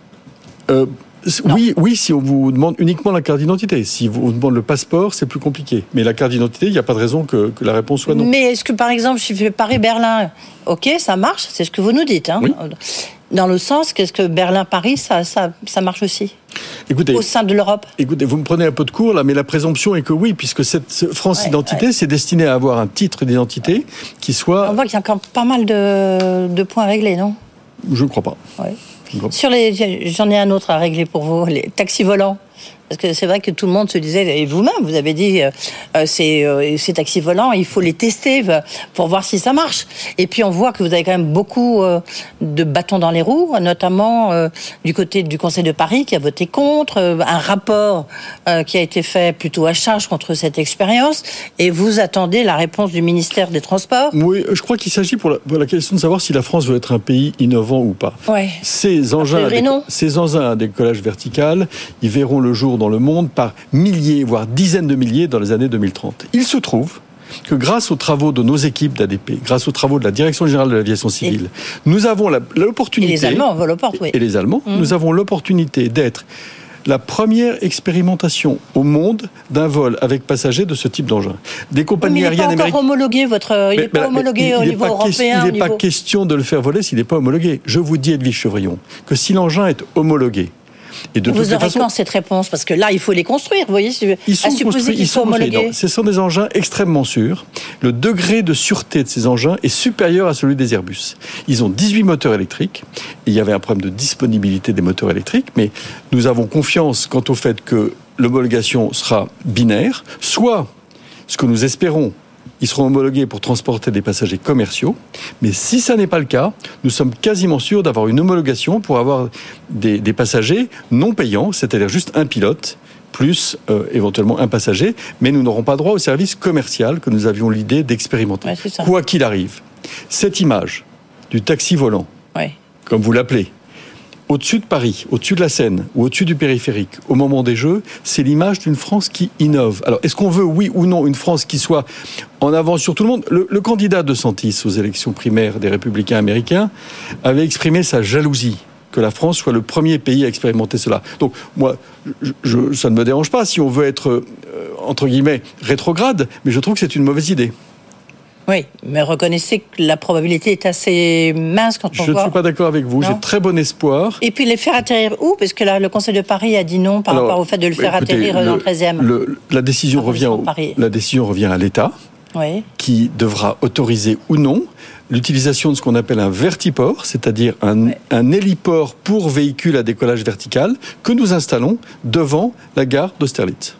euh... Oui, oui, si on vous demande uniquement la carte d'identité. Si on vous demande le passeport, c'est plus compliqué. Mais la carte d'identité, il n'y a pas de raison que, que la réponse soit non. Mais est-ce que, par exemple, je fais Paris-Berlin, ok, ça marche, c'est ce que vous nous dites. Hein. Oui. Dans le sens, qu'est-ce que Berlin-Paris, ça, ça, ça marche aussi? Écoutez, au sein de l'Europe. Écoutez, vous me prenez un peu de cours là, mais la présomption est que oui, puisque cette France ouais, Identité, ouais. c'est destiné à avoir un titre d'identité qui soit... On voit qu'il y a encore pas mal de, de points réglés, non? Je ne crois pas. Ouais. Sur les, j'en ai un autre à régler pour vous, les taxis volants. Parce que c'est vrai que tout le monde se disait, et vous-même, vous avez dit, euh, ces, euh, ces taxis volants, il faut les tester pour voir si ça marche. Et puis on voit que vous avez quand même beaucoup euh, de bâtons dans les roues, notamment euh, du côté du Conseil de Paris qui a voté contre, euh, un rapport euh, qui a été fait plutôt à charge contre cette expérience. Et vous attendez la réponse du ministère des Transports? Oui, je crois qu'il s'agit pour la, pour la question de savoir si la France veut être un pays innovant ou pas. Ouais. Ces engins, à déco- ces engins à décollage vertical, ils verront le jour dans le monde par milliers, voire dizaines de milliers dans les années deux mille trente. Il se trouve que grâce aux travaux de nos équipes d'A D P, grâce aux travaux de la Direction générale de l'aviation civile, et nous avons la, l'opportunité... Et les Allemands volent aux portes, oui. Et les Allemands, mmh. nous avons l'opportunité d'être la première expérimentation au monde d'un vol avec passagers de ce type d'engin. Des compagnies oui, aériennes américaines... Il n'est pas encore homologué, votre... il n'est pas homologué au niveau européen. Il n'est pas question de le faire voler s'il n'est pas homologué. Je vous dis, Edwige Chevrillon, que si l'engin est homologué, et de vous aurez façons, quand cette réponse? Parce que là, il faut les construire, vous voyez. Ils sont à supposer construits, qu'ils ils sont homologués. Non, ce sont des engins extrêmement sûrs. Le degré de sûreté de ces engins est supérieur à celui des Airbus. Ils ont dix-huit moteurs électriques. Il y avait un problème de disponibilité des moteurs électriques, mais nous avons confiance quant au fait que l'homologation sera binaire, soit ce que nous espérons, ils seront homologués pour transporter des passagers commerciaux. Mais si ça n'est pas le cas, nous sommes quasiment sûrs d'avoir une homologation pour avoir des, des passagers non payants, c'est-à-dire juste un pilote, plus euh, éventuellement un passager. Mais nous n'aurons pas droit au service commercial que nous avions l'idée d'expérimenter. Ouais, c'est ça. Quoi qu'il arrive, cette image du taxi volant, ouais. comme vous l'appelez, au-dessus de Paris, au-dessus de la Seine ou au-dessus du périphérique, au moment des Jeux, c'est l'image d'une France qui innove. Alors, est-ce qu'on veut, oui ou non, une France qui soit en avance sur tout le monde? Le, le candidat de Santis aux élections primaires des Républicains américains avait exprimé sa jalousie que la France soit le premier pays à expérimenter cela. Donc, moi, je, je, ça ne me dérange pas si on veut être, euh, entre guillemets, rétrograde, mais je trouve que c'est une mauvaise idée. Oui, mais reconnaissez que la probabilité est assez mince quand on je voit... Je ne suis pas d'accord avec vous, non. J'ai très bon espoir. Et puis les faire atterrir où? Parce que là, le Conseil de Paris a dit non par Alors, rapport au fait de le faire écoutez, atterrir le, dans le treizième. Le, la, décision revient au, la décision revient à l'État, oui. qui devra autoriser ou non l'utilisation de ce qu'on appelle un vertiport, c'est-à-dire un, oui. un héliport pour véhicules à décollage vertical, que nous installons devant la gare d'Austerlitz.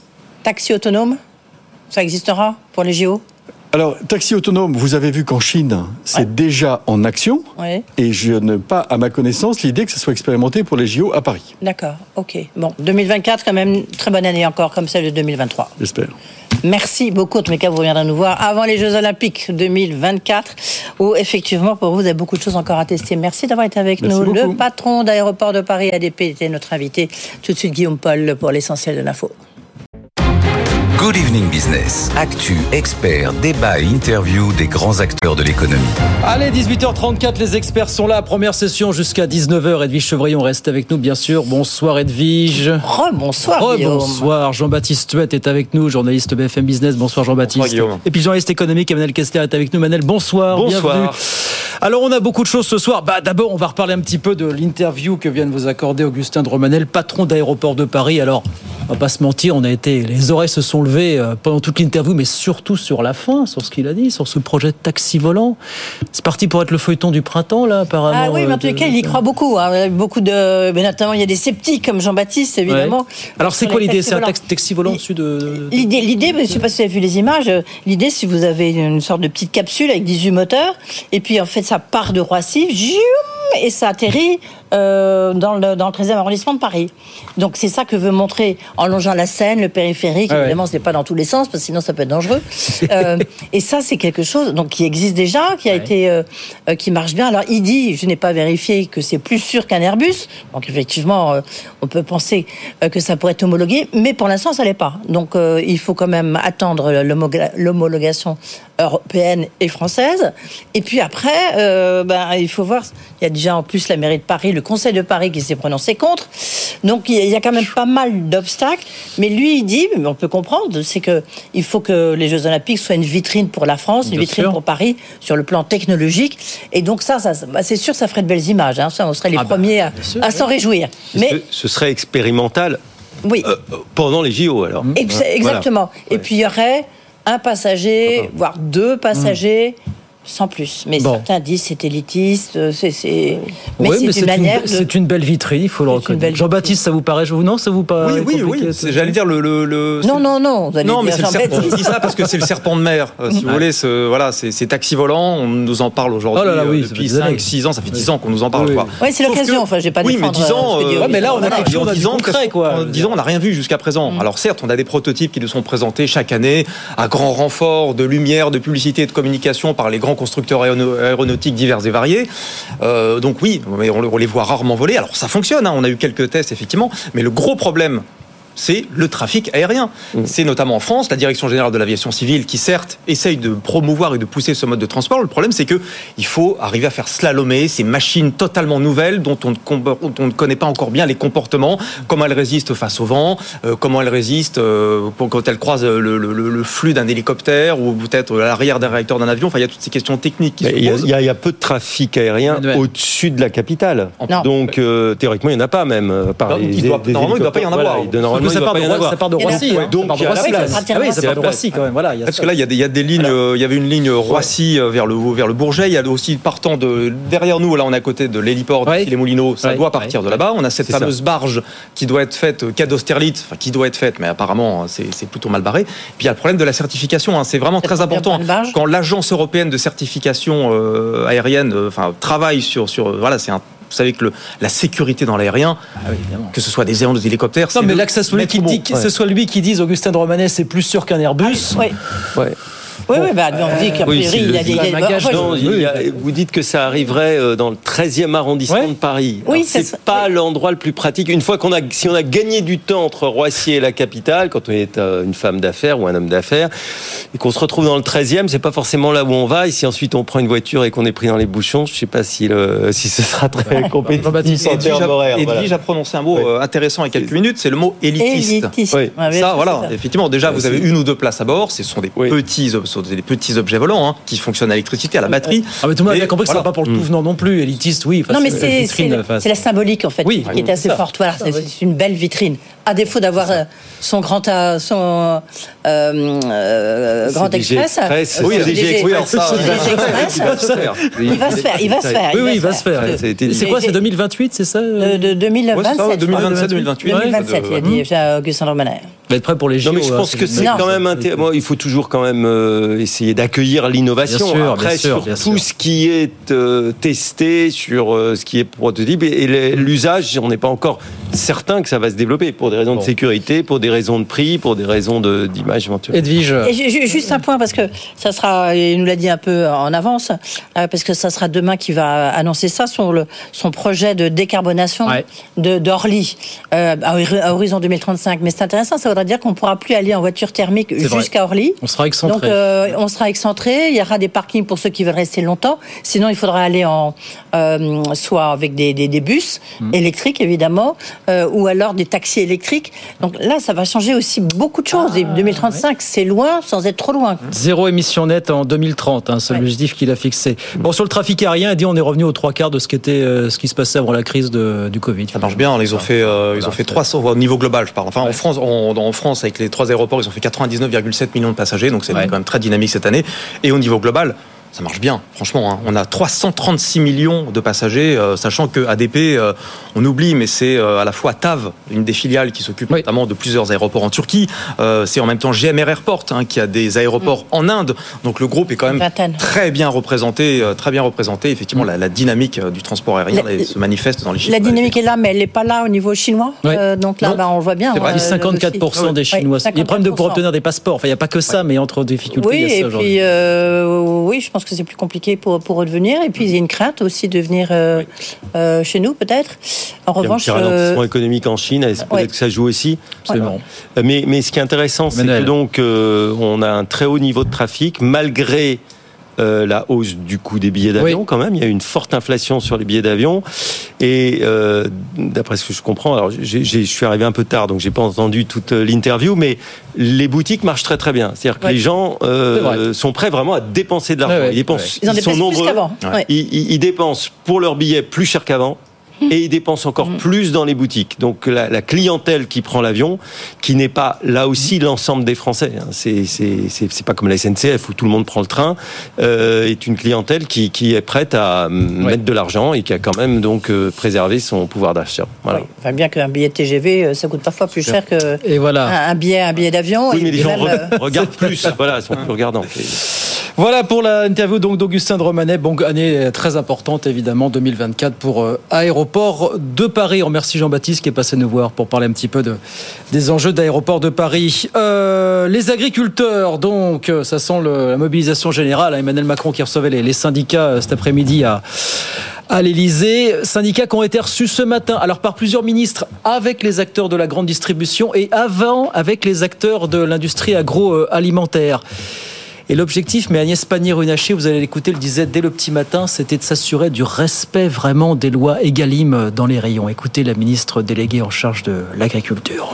Taxi autonome, ça existera pour les J O? Alors, taxi autonome, vous avez vu qu'en Chine, c'est ouais. déjà en action. Ouais. Et je n'ai pas, à ma connaissance, l'idée que ça soit expérimenté pour les J O à Paris. D'accord, ok. Bon, deux mille vingt-quatre, quand même, très bonne année encore, comme celle de deux mille vingt-trois. J'espère. Merci beaucoup. En tous les cas, vous reviendrez nous voir avant les Jeux Olympiques deux mille vingt-quatre, où effectivement, pour vous, vous avez beaucoup de choses encore à tester. Merci d'avoir été avec Merci nous. beaucoup. Le patron d'Aéroport de Paris, A D P, était notre invité. Tout de suite, Guillaume Paul, pour l'essentiel de l'info. Good Evening Business. Actu, experts, débat et interview des grands acteurs de l'économie. Allez, dix-huit heures trente-quatre, les experts sont là. Première session jusqu'à dix-neuf heures. Edwige Chevrillon reste avec nous, bien sûr. Bonsoir Edwige. Re-bonsoir Re Guillaume. Bonsoir. Jean-Baptiste Tuet est avec nous, journaliste B F M Business. Bonsoir Jean-Baptiste. Bonsoir, Guillaume. Et puis journaliste économique, Emmanuel Kessler est avec nous. Manel, bonsoir. Bonsoir. Bienvenue. Alors on a beaucoup de choses ce soir. Bah, d'abord, on va reparler un petit peu de l'interview que vient de vous accorder Augustin de Romanel, patron d'Aéroport de Paris. Alors, on va pas se mentir, on a été, les oreilles se sont levées pendant toute l'interview, mais surtout sur la fin, sur ce qu'il a dit, sur ce projet de taxi volant. C'est parti pour être le feuilleton du printemps, là, apparemment. Ah oui, mais en tous les cas, il y croit beaucoup. Hein. Beaucoup de, mais notamment, il y a des sceptiques comme Jean-Baptiste, évidemment. Ouais. Alors, c'est quoi l'idée ? C'est un taxi volant dessus de. L'idée, l'idée, je ne sais pas si vous avez vu les images. L'idée, si vous avez une sorte de petite capsule avec dix-huit moteurs, et puis en fait, ça part de Roissy, et ça atterrit euh, dans, le, dans le treizième arrondissement de Paris. Donc c'est ça que veut montrer en longeant la Seine, le périphérique. Ah évidemment, ouais. C'est pas dans tous les sens parce que sinon ça peut être dangereux. euh, et ça, c'est quelque chose donc qui existe déjà, qui a ouais. été, euh, qui marche bien. Alors il dit, je n'ai pas vérifié, que c'est plus sûr qu'un Airbus. Donc effectivement, euh, on peut penser euh, que ça pourrait être homologué, mais pour l'instant, ça l'est pas. Donc euh, il faut quand même attendre l'homologation européenne et française. Et puis après, euh, ben il faut voir. Il y a déjà en plus la mairie de Paris, le Conseil de Paris qui s'est prononcé contre. Donc il y a quand même pas mal d'obstacles. Mais lui, il dit, mais on peut comprendre, c'est que il faut que les Jeux Olympiques soient une vitrine pour la France, une Bien vitrine sûr. Pour Paris sur le plan technologique. Et donc ça, ça bah c'est sûr, ça ferait de belles images. Hein. Ça, on serait les ah premiers bah, à, sûr, à s'en oui. réjouir. Mais ce serait expérimental. Oui. Euh, pendant les J O alors. Ex- exactement. Voilà. Et puis il y aurait un passager, ah, voire deux passagers. Mmh. Sans plus. Mais bon. Certains disent c'est élitiste, c'est... c'est... Mais, oui, c'est, mais une c'est, manière une, de... c'est une belle vitrine, il faut le reconnaître. Jean-Baptiste, ça vous paraît... Non, ça vous paraît... Oui, oui, oui. C'est, j'allais dire le... le, le non, non, non. Vous non, mais dire c'est le serpent. Je dis ça parce que c'est le serpent de mer. Euh, si ouais. vous voulez, ce, voilà, c'est, c'est taxi volant. On nous en parle aujourd'hui oh là là, oui, euh, depuis cinq six ans. Ça fait dix ans qu'on nous en parle. Oui, quoi. oui c'est Sauf l'occasion. Que, enfin, j'ai pas oui, mais dix ans... Euh, ouais, mais là, on a quelque chose de concret, quoi. En dix ans, on n'a rien vu jusqu'à présent. Alors certes, on a des prototypes qui nous sont présentés chaque année à grand renfort de lumière, de publicité et de communication par les grands constructeurs aéronautiques divers et variés. Euh, donc oui, mais on, on les voit rarement voler. Alors ça fonctionne, hein, on a eu quelques tests effectivement, mais le gros problème, c'est le trafic aérien. Mmh. C'est notamment en France, la Direction Générale de l'Aviation Civile qui, certes, essaye de promouvoir et de pousser ce mode de transport. Le problème, c'est qu'il faut arriver à faire slalomer ces machines totalement nouvelles dont on, dont on ne connaît pas encore bien les comportements, comment elles résistent face au vent, euh, comment elles résistent euh, quand elles croisent le, le, le flux d'un hélicoptère ou peut-être à l'arrière d'un réacteur d'un avion. Enfin, il y a toutes ces questions techniques qui se posent. Il y, y, y a peu de trafic aérien ouais. au-dessus de la capitale. Non. Donc, euh, théoriquement, il n'y en a pas même. Par non, les, il doit, des, normalement, il ne doit pas y en avoir. Voilà, ça part, de, ça part de Roissy. Ouais, donc il y a la place. Ah oui, ça part de Roissy quand même. Voilà, il y a Parce ça. que là, il y a des, il y a des lignes. Voilà. Il y avait une ligne Roissy vers le vers le Bourget. Il y a aussi partant de derrière nous. Là, on est à côté de l'héliport de ouais. les Moulineaux. Ça ouais. doit partir ouais. de là-bas. On a cette c'est fameuse ça. barge qui doit être faite, quai d'Austerlitz, enfin qui doit être faite, mais apparemment c'est, c'est plutôt mal barré. Puis il y a le problème de la certification. Hein. C'est vraiment c'est très important quand l'agence européenne de certification euh, aérienne, enfin travaille sur sur voilà, c'est un Vous savez que le, la sécurité dans l'aérien, ah oui, que ce soit des avions, des hélicoptères... Non, mais là, que ce soit, lui qui dit, que ouais. ce soit lui qui dise, Augustin de Romanel, c'est plus sûr qu'un Airbus. Ah, oui. ouais. Oui, bon. oui, bah, on dit qu'à oui, priori, il y a des... Bagage, non, il y a, vous dites que ça arriverait dans le treizième arrondissement ouais. de Paris. Oui, c'est ça, pas oui. l'endroit le plus pratique. Une fois qu'on a... Si on a gagné du temps entre Roissy et la capitale, quand on est une femme d'affaires ou un homme d'affaires, et qu'on se retrouve dans le treizième, c'est pas forcément là où on va. Et si ensuite on prend une voiture et qu'on est pris dans les bouchons, je sais pas si, le... si ce sera très ouais. compétitif en termes horaires. Et Edwige a prononcé un mot oui. intéressant il y a quelques minutes, c'est le mot élitiste. Élitiste. Oui. Ouais, ça, voilà. Ça. Effectivement, déjà, vous avez une ou deux places à bord. Ce sont des oui. petits, des petits objets volants hein, qui fonctionnent à l'électricité, à la batterie. Ah, mais tout le monde a bien compris que voilà. ce n'est pas pour le tout venant non plus, élitiste, oui. Non, mais c'est, c'est, le, c'est la symbolique, en fait, oui, qui est assez forte. Voilà, c'est, c'est une belle vitrine. À défaut d'avoir euh, son grand, euh, son, euh, euh, grand express. express. Oui, D G Express. Il va se faire, il va se faire. Oui, oui, il va se faire. C'est quoi, c'est deux mille vingt-huit, c'est ça De deux mille vingt-sept. deux mille vingt-sept, deux mille vingt-huit. deux mille vingt-sept, il a dit Augustin de Romanel. Va être prêt pour les J O. Non, mais je pense que c'est quand même intéressant. Il faut toujours quand même essayer d'accueillir l'innovation. Bien sûr, Après, bien sûr, sur bien tout sûr. ce qui est euh, testé, sur euh, ce qui est prototype et, et les, l'usage, on n'est pas encore certain que ça va se développer pour des raisons Bon. de sécurité, pour des raisons de prix, pour des raisons de, d'image éventuelle. Edwige. Et ju- juste un point, parce que ça sera, il nous l'a dit un peu en avance, euh, parce que ça sera demain qu'il va annoncer ça, sur le, son projet de décarbonation Ouais. de, d'Orly euh, à hori- à horizon deux mille trente-cinq. Mais c'est intéressant, ça voudra dire qu'on ne pourra plus aller en voiture thermique C'est vrai. jusqu'à Orly. On sera excentré. Donc euh, on sera excentré, il y aura des parkings pour ceux qui veulent rester longtemps. Sinon, il faudra aller en euh, soit avec des, des, des bus Mmh. électriques, évidemment, euh, ou alors des taxis électriques. Donc là, ça va changer aussi beaucoup de choses. Ah, Et deux mille trente-cinq, c'est loin sans être trop loin. Zéro émission nette en deux mille trente, hein, c'est l'objectif qu'il a fixé. Bon, sur le trafic aérien, il dit on est revenu aux trois quarts de ce qui était, euh, ce qui se passait avant la crise de, du Covid. Ça marche bien. Ils ont fait, euh, ils ont fait trois cents au niveau global, je parle. Enfin, en France, en, en France, avec les trois aéroports, ils ont fait quatre-vingt-dix-neuf virgule sept millions de passagers, donc c'est Ouais. quand même très dynamique cette année. Et au niveau global, ça marche bien, franchement. Hein. On a trois cent trente-six millions de passagers, euh, sachant que A D P, euh, on oublie, mais c'est euh, à la fois T A V, une des filiales qui s'occupe Oui. notamment de plusieurs aéroports en Turquie. Euh, c'est en même temps G M R Airport, hein, qui a des aéroports en Inde. Donc le groupe est quand même Vingtaine. très bien représenté, euh, très bien représenté. Effectivement, la, la dynamique euh, du transport aérien La- elle se manifeste dans les chiffres. La dynamique est là, mais elle n'est pas là au niveau chinois. Ouais. Euh, donc là, Non. bah, on le voit bien. C'est vrai. euh, Il dit cinquante-quatre pour cent des aussi. Chinois. Ouais, Il y a problème de pour cinquante-quatre pour cent. obtenir des passeports. Enfin, il n'y a pas que ça, mais entre difficultés, Oui, il y a ça et aujourd'hui. puis euh, oui, je pense que c'est plus compliqué pour pour eux de venir. Et puis il y a une crainte aussi de venir euh, euh, chez nous, peut-être. En Il y a un revanche, petit ralentissement euh, économique en Chine, est-ce peut-être ouais. que ça joue aussi. Absolument. Euh, Mais, mais ce qui est intéressant, c'est Emmanuel. que donc euh, on a un très haut niveau de trafic malgré euh, la hausse du coût des billets d'avion. Oui. Quand même, il y a eu une forte inflation sur les billets d'avion. Et euh, d'après ce que je comprends, alors j'ai, j'ai, je suis arrivé un peu tard, donc j'ai pas entendu toute l'interview, mais les boutiques marchent très très bien. C'est-à-dire que Ouais. les gens C'est euh, vrai. sont prêts vraiment à dépenser de l'argent. Ouais, ouais. Ils dépensent, ils en ils sont dépensent plus nombreux. qu'avant. Ouais. Ils, ils- ils dépensent pour leurs billets plus cher qu'avant. Et ils dépensent encore plus dans les boutiques. Donc la, la clientèle qui prend l'avion, qui n'est pas là aussi l'ensemble des Français, hein, c'est, c'est, c'est, c'est pas comme la S N C F où tout le monde prend le train, euh, est une clientèle qui, qui est prête à ouais. mettre de l'argent et qui a quand même donc euh, préservé son pouvoir d'achat. Voilà. Oui. Enfin, bien qu'un billet de T G V, euh, ça coûte parfois plus cher que Et voilà. un, un billet, un billet d'avion. Oui, et mais les puis gens même, re- euh, regardent plus. Voilà, ils sont plus regardants. Voilà pour l'interview donc d'Augustin de Romanet. Bon, année très importante évidemment deux mille vingt-quatre pour euh, Aéroport de Paris. On remercie Jean-Baptiste qui est passé nous voir pour parler un petit peu de, des enjeux d'Aéroport de Paris. Euh, les agriculteurs, donc, ça sent le, la mobilisation générale. Emmanuel Macron qui recevait les, les syndicats euh, cet après-midi à à l'Élysée, syndicats qui ont été reçus ce matin, alors par plusieurs ministres, avec les acteurs de la grande distribution et avant avec les acteurs de l'industrie agroalimentaire. Et l'objectif, mais Agnès Pannier-Runacher, vous allez l'écouter, le disait dès le petit matin, c'était de s'assurer du respect vraiment des lois Egalim dans les rayons. Écoutez la ministre déléguée en charge de l'agriculture.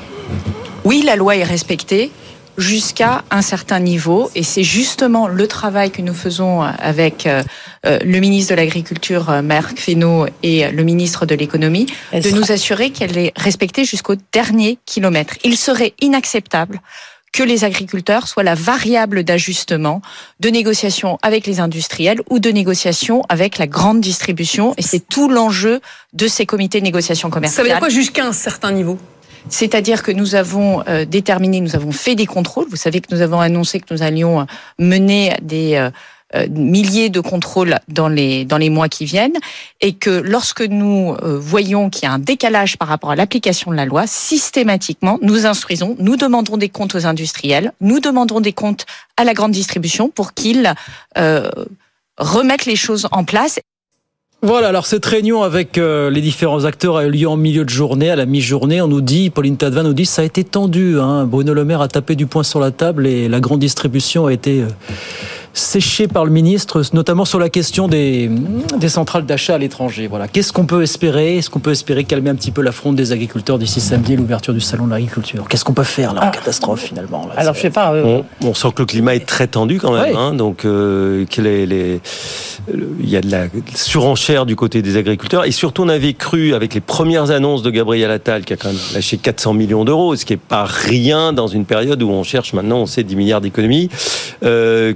Oui, la loi est respectée jusqu'à un certain niveau et c'est justement le travail que nous faisons avec euh, le ministre de l'Agriculture, Marc Fesneau, et le ministre de l'Économie, Elle de sera... nous assurer qu'elle est respectée jusqu'au dernier kilomètre. Il serait inacceptable que les agriculteurs soient la variable d'ajustement de négociation avec les industriels ou de négociation avec la grande distribution. Et c'est tout l'enjeu de ces comités de négociation commerciale. Ça veut dire quoi jusqu'à un certain niveau ? C'est-à-dire que nous avons euh, déterminé, nous avons fait des contrôles. Vous savez que nous avons annoncé que nous allions mener des euh, euh, milliers de contrôles dans les dans les mois qui viennent, et que lorsque nous euh, voyons qu'il y a un décalage par rapport à l'application de la loi, systématiquement, nous instruisons, nous demanderons des comptes aux industriels, nous demanderons des comptes à la grande distribution pour qu'ils euh, remettent les choses en place. Voilà, alors cette réunion avec euh, les différents acteurs a eu lieu en milieu de journée, à la mi-journée. On nous dit, Pauline Tadevin nous dit, ça a été tendu. Hein. Bruno Le Maire a tapé du poing sur la table et la grande distribution a été euh, séchée par le ministre, notamment sur la question des, des centrales d'achat à l'étranger. Voilà. Qu'est-ce qu'on peut espérer ? Est-ce qu'on peut espérer calmer un petit peu la fronde des agriculteurs d'ici samedi, l'ouverture du salon de l'agriculture ? Qu'est-ce qu'on peut faire là, en catastrophe finalement là, Alors je sais pas. Euh... On, on sent que le climat est très tendu quand même. Ouais. Hein, donc euh, que les, les, il y a de la surenchère du côté des agriculteurs. Et surtout, on avait cru, avec les premières annonces de Gabriel Attal, qui a quand même lâché quatre cents millions d'euros, ce qui n'est pas rien dans une période où on cherche maintenant, on sait, dix milliards d'économies, euh, que, que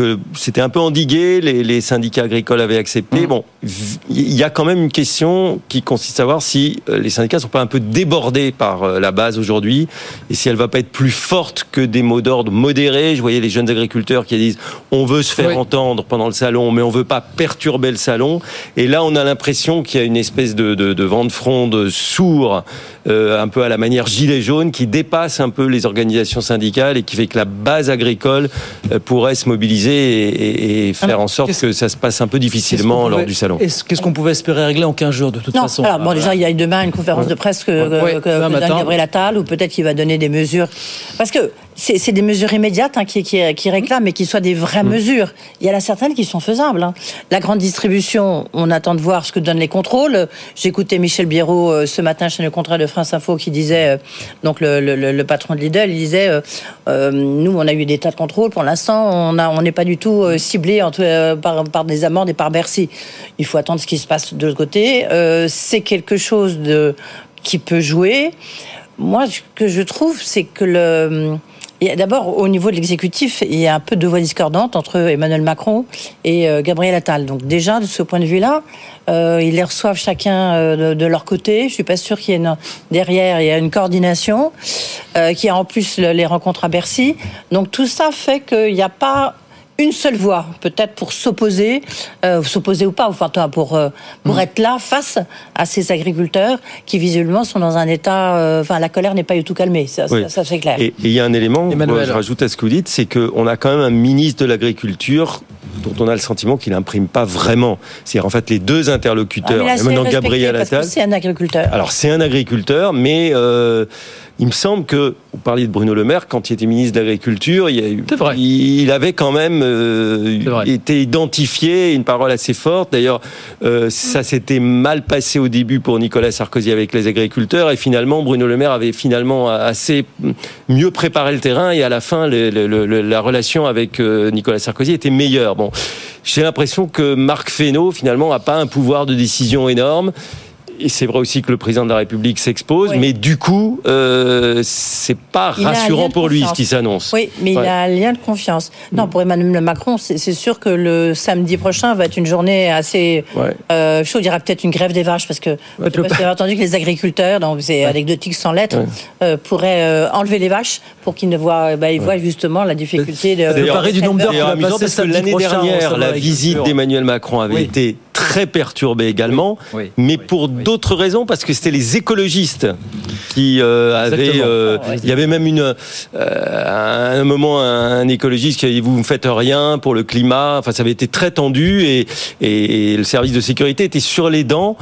que c'était un peu endigué, les, les syndicats agricoles avaient accepté. Mmh. Bon, il y a quand même une question qui consiste à savoir si les syndicats ne sont pas un peu débordés par la base aujourd'hui et si elle ne va pas être plus forte que des mots d'ordre modérés. Je voyais les jeunes agriculteurs qui disent on veut se faire oui. entendre pendant le salon, mais on ne veut pas perturber le salon. Et là, on a l'impression qu'il y a une espèce de, de, de vent de fronde sourd, euh, un peu à la manière gilet jaune, qui dépasse un peu les organisations syndicales et qui fait que la base agricole euh, pourrait se mobiliser et, et faire alors, en sorte que ça se passe un peu difficilement pouvait, lors du salon. Qu'est-ce qu'on pouvait espérer régler en quinze jours de toute non, façon? Alors, bon, ah, déjà, il y a demain une conférence ouais. de presse que, ouais, que, que donne Gabriel Attal, ou peut-être qu'il va donner des mesures. Parce que c'est, c'est des mesures immédiates hein, qui, qui, qui réclament, mais qui soient des vraies mmh. mesures. Il y en a certaines qui sont faisables. Hein. La grande distribution, on attend de voir ce que donnent les contrôles. J'écoutais Michel Biérot euh, ce matin chez le contrat de France Info qui disait, euh, donc le, le, le patron de Lidl, il disait euh, euh, nous, on a eu des tas de contrôles. Pour l'instant, on a, on n'est pas du tout euh, ciblé entre, euh, par, par des amendes et par Bercy. Il faut attendre ce qui se passe de l'autre côté. Euh, c'est quelque chose de, qui peut jouer. Moi, ce que je trouve, c'est que le... D'abord, au niveau de l'exécutif, il y a un peu de voix discordantes entre Emmanuel Macron et euh, Gabriel Attal. Donc déjà, de ce point de vue-là, euh, ils les reçoivent chacun euh, de, de leur côté. Je suis pas sûre qu'il y ait une, derrière, il y a une coordination, euh, qui a en plus le, les rencontres à Bercy. Donc tout ça fait qu'il n'y a pas une seule voix, peut-être pour s'opposer, euh, s'opposer ou pas, enfin pour euh, pour mmh. être là face à ces agriculteurs qui visiblement sont dans un état, euh, enfin la colère n'est pas du tout calmée, ça, oui. ça, ça c'est clair. Et il y a un élément, moi, je rajoute à ce que vous dites, c'est qu'on a quand même un ministre de l'agriculture dont on a le sentiment qu'il n'imprime pas vraiment. C'est-à-dire en fait les deux interlocuteurs, ah, maintenant Gabriel Attal. C'est un agriculteur. Alors c'est un agriculteur, mais euh, il me semble que, vous parliez de Bruno Le Maire, quand il était ministre de l'Agriculture, il, y a eu, il avait quand même euh, été identifié, une parole assez forte. D'ailleurs, euh, ça s'était mal passé au début pour Nicolas Sarkozy avec les agriculteurs, et finalement, Bruno Le Maire avait finalement assez mieux préparé le terrain, et à la fin, le, le, le, la relation avec euh, Nicolas Sarkozy était meilleure. Bon, j'ai l'impression que Marc Fesneau, finalement, n'a pas un pouvoir de décision énorme. Et c'est vrai aussi que le président de la République s'expose, oui. mais du coup, euh, c'est pas il rassurant pour lui ce qui s'annonce. Oui, mais ouais. il a un lien de confiance. Non, pour Emmanuel Macron, c'est, c'est sûr que le samedi prochain va être une journée assez ouais. euh, chaude. Il y aura peut-être une grève des vaches parce que ouais, parce que j'ai entendu que les agriculteurs, donc c'est ouais. anecdotique sans lettres, ouais. euh, pourraient euh, enlever les vaches pour qu'ils ne voient, bah, ils ouais. voient justement la difficulté de. D'ailleurs, parler du nombre d'heures qu'il va passer parce que l'année dernière, la visite d'Emmanuel Macron avait oui. été très perturbée également, oui. Oui. mais oui. pour oui. d'autres raisons, parce que c'était les écologistes qui euh, avaient... Euh, il y avait même une, euh, à un moment un écologiste qui a dit « vous ne faites rien pour le climat ». Enfin, ça avait été très tendu et, et, et le service de sécurité était sur les dents.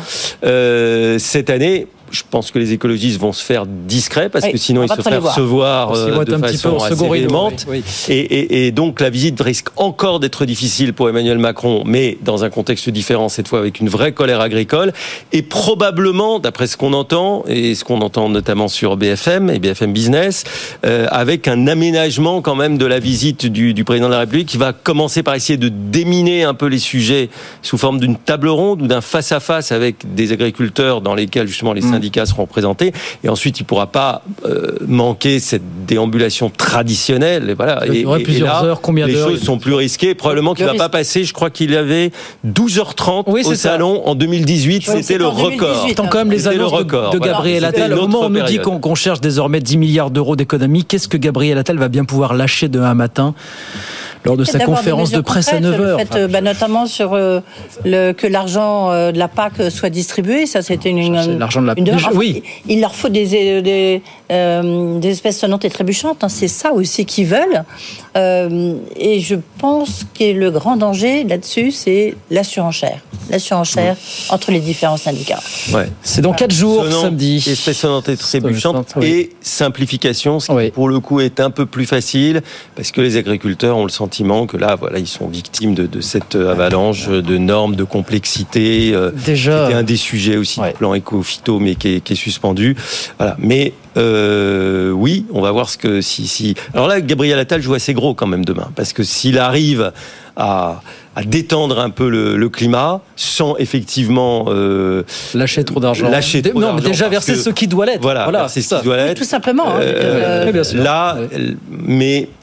Euh, cette année... Je pense que les écologistes vont se faire discrets parce oui, que sinon ils se feraient recevoir euh, de façon assez véhémente. Oui, oui. Et, et, et donc la visite risque encore d'être difficile pour Emmanuel Macron, mais dans un contexte différent cette fois avec une vraie colère agricole et probablement, d'après ce qu'on entend et ce qu'on entend notamment sur B F M et B F M Business, euh, avec un aménagement quand même de la visite du, du président de la République qui va commencer par essayer de déminer un peu les sujets sous forme d'une table ronde ou d'un face-à-face avec des agriculteurs dans lesquels justement les syndicats syndicats seront représentés, et ensuite il ne pourra pas euh, manquer cette déambulation traditionnelle. Et voilà. Il y aura et, plusieurs et là, heures, combien les d'heures choses sont plus risquées. Probablement qu'il ne va pas passer, je crois qu'il avait douze heures trente oui, au salon ça. En deux mille dix-huit, oui, c'était le record. Tant quand même les annonces de, de Gabriel voilà. Attal, au moment où on nous dit qu'on, qu'on cherche désormais dix milliards d'euros d'économies, qu'est-ce que Gabriel Attal va bien pouvoir lâcher demain matin lors de sa conférence de presse à neuf heures. Le fait, bah, notamment sur euh, le, que l'argent euh, de la P A C soit distribué, ça c'était une... une l'argent de la P A C. Enfin, oui. Il leur faut des, des, euh, des espèces sonnantes et trébuchantes, hein. C'est ça aussi qu'ils veulent. Euh, et je pense que le grand danger là-dessus, c'est la surenchère. La surenchère mmh. entre les différents syndicats. Ouais. C'est dans quatre jours, Sonnant, samedi. Espèces sonnantes et trébuchantes oui. et simplification, ce qui oui. pour le coup est un peu plus facile, parce que les agriculteurs ont le sentiment que là, voilà, ils sont victimes de, de cette avalanche de normes, de complexité. Euh, Déjà, c'était un des sujets aussi ouais. du plan éco-phyto, mais qui est, qui est suspendu. Voilà. Mais euh, oui, on va voir ce que si, si. Alors là, Gabriel Attal joue assez gros quand même demain, parce que s'il arrive à, à détendre un peu le, le climat sans effectivement euh, lâcher trop d'argent. Lâcher trop non, d'argent mais déjà verser ce qui doit l'être. Voilà, voilà c'est ce qui doit l'être. Tout simplement. Hein, euh, oui, bien sûr. Là, oui. mais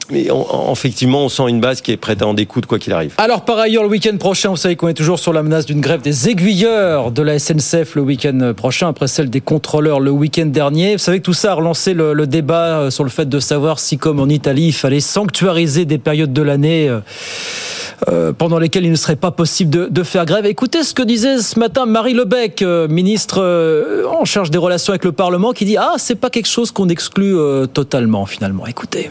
mais on, on, effectivement, on sent une base qui est prête à en découdre quoi qu'il arrive. Alors par ailleurs, le week-end prochain, vous savez qu'on est toujours sur la menace d'une grève des aiguilleurs de la S N C F le week-end prochain, après celle des contrôleurs le week-end dernier. Vous savez que tout ça a relancé le, le débat sur le fait de savoir si, comme en Italie, il fallait sanctuariser des périodes de l'année euh, euh, pendant lesquelles il ne serait pas possible de, de faire grève. Écoutez ce que disait ce matin Marie Lebec, euh, ministre euh, en charge des relations avec le Parlement, qui dit « Ah, c'est pas quelque chose qu'on exclut euh, totalement, finalement. » Écoutez...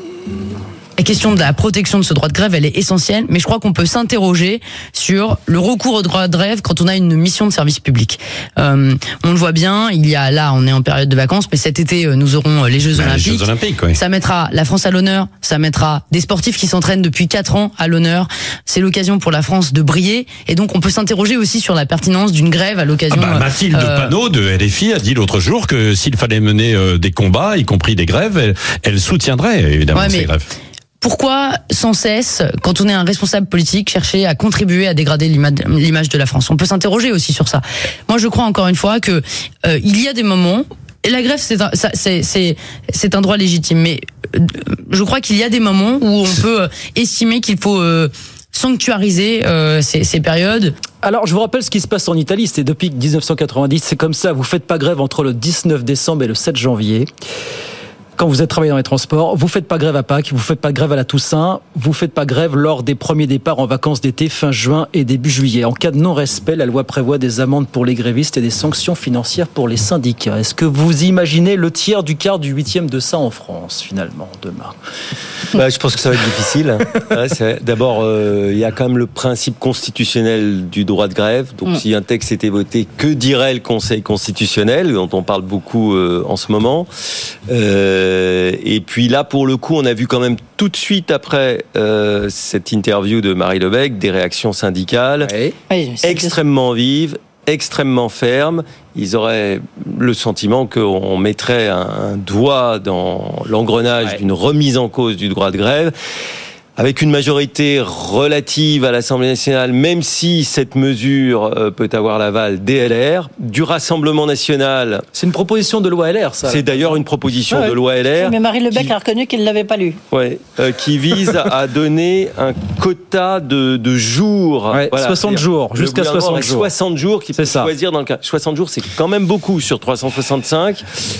La question de la protection de ce droit de grève, elle est essentielle, mais je crois qu'on peut s'interroger sur le recours au droit de grève quand on a une mission de service public. Euh, on le voit bien, il y a là, on est en période de vacances, mais cet été, nous aurons les Jeux bah, Olympiques. Les Jeux Olympiques, oui. Ça mettra la France à l'honneur, ça mettra des sportifs qui s'entraînent depuis quatre ans à l'honneur. C'est l'occasion pour la France de briller, et donc on peut s'interroger aussi sur la pertinence d'une grève à l'occasion... Ah bah, Mathilde euh, Panot de L F I a dit l'autre jour que s'il fallait mener euh, des combats, y compris des grèves, elle, elle soutiendrait évidemment ouais, ces mais... grèves. Pourquoi, sans cesse, quand on est un responsable politique, chercher à contribuer à dégrader l'image de la France? On peut s'interroger aussi sur ça. Moi, je crois encore une fois que euh, il y a des moments, et la grève, c'est un, ça, c'est, c'est, c'est un droit légitime, mais euh, je crois qu'il y a des moments où on peut euh, estimer qu'il faut euh, sanctuariser euh, ces, ces périodes. Alors, je vous rappelle ce qui se passe en Italie, c'est depuis dix-neuf cent quatre-vingt-dix, c'est comme ça, vous faites pas grève entre le dix-neuf décembre et le sept janvier. Quand vous êtes travaillé dans les transports, vous faites pas grève à Pâques, vous faites pas grève à la Toussaint, vous faites pas grève lors des premiers départs en vacances d'été fin juin et début juillet. En cas de non-respect, la loi prévoit des amendes pour les grévistes et des sanctions financières pour les syndicats. Est-ce que vous imaginez le tiers du quart du huitième de ça en France, finalement, demain? Bah, je pense que ça va être difficile. Ouais, c'est, d'abord, euh, il y a quand même le principe constitutionnel du droit de grève. Donc, mmh. si un texte était voté, que dirait le Conseil constitutionnel, dont on parle beaucoup euh, en ce moment euh, Et puis là, pour le coup, on a vu quand même tout de suite après euh, cette interview de Marie Lebec des réactions syndicales oui. Oui, extrêmement vives, extrêmement fermes. Ils auraient le sentiment qu'on mettrait un doigt dans l'engrenage ouais. d'une remise en cause du droit de grève. Avec une majorité relative à l'Assemblée nationale, même si cette mesure peut avoir l'aval des L R, du Rassemblement national. C'est une proposition de loi L R, ça. C'est d'ailleurs une proposition ouais. de loi L R. Mais Marie Lebec qui... a reconnu qu'il ne l'avait pas lu. Ouais, euh, qui vise à donner un quota de, de jours. Ouais, voilà, soixante jours, jusqu'à soixante jours. soixante jours qu'il peut choisir dans le cas. soixante jours, c'est quand même beaucoup sur trois cent soixante-cinq.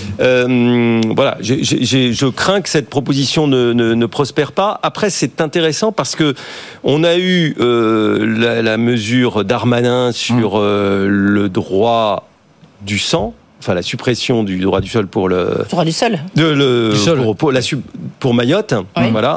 Euh, voilà, j'ai, j'ai, je crains que cette proposition ne, ne, ne prospère pas. Après, c'est intéressant parce que on a eu euh, la, la mesure Darmanin sur euh, le droit du sang, enfin la suppression du droit du sol pour le droit du sol, de, le, du sol. Pour, pour, la, pour Mayotte, oui. Voilà.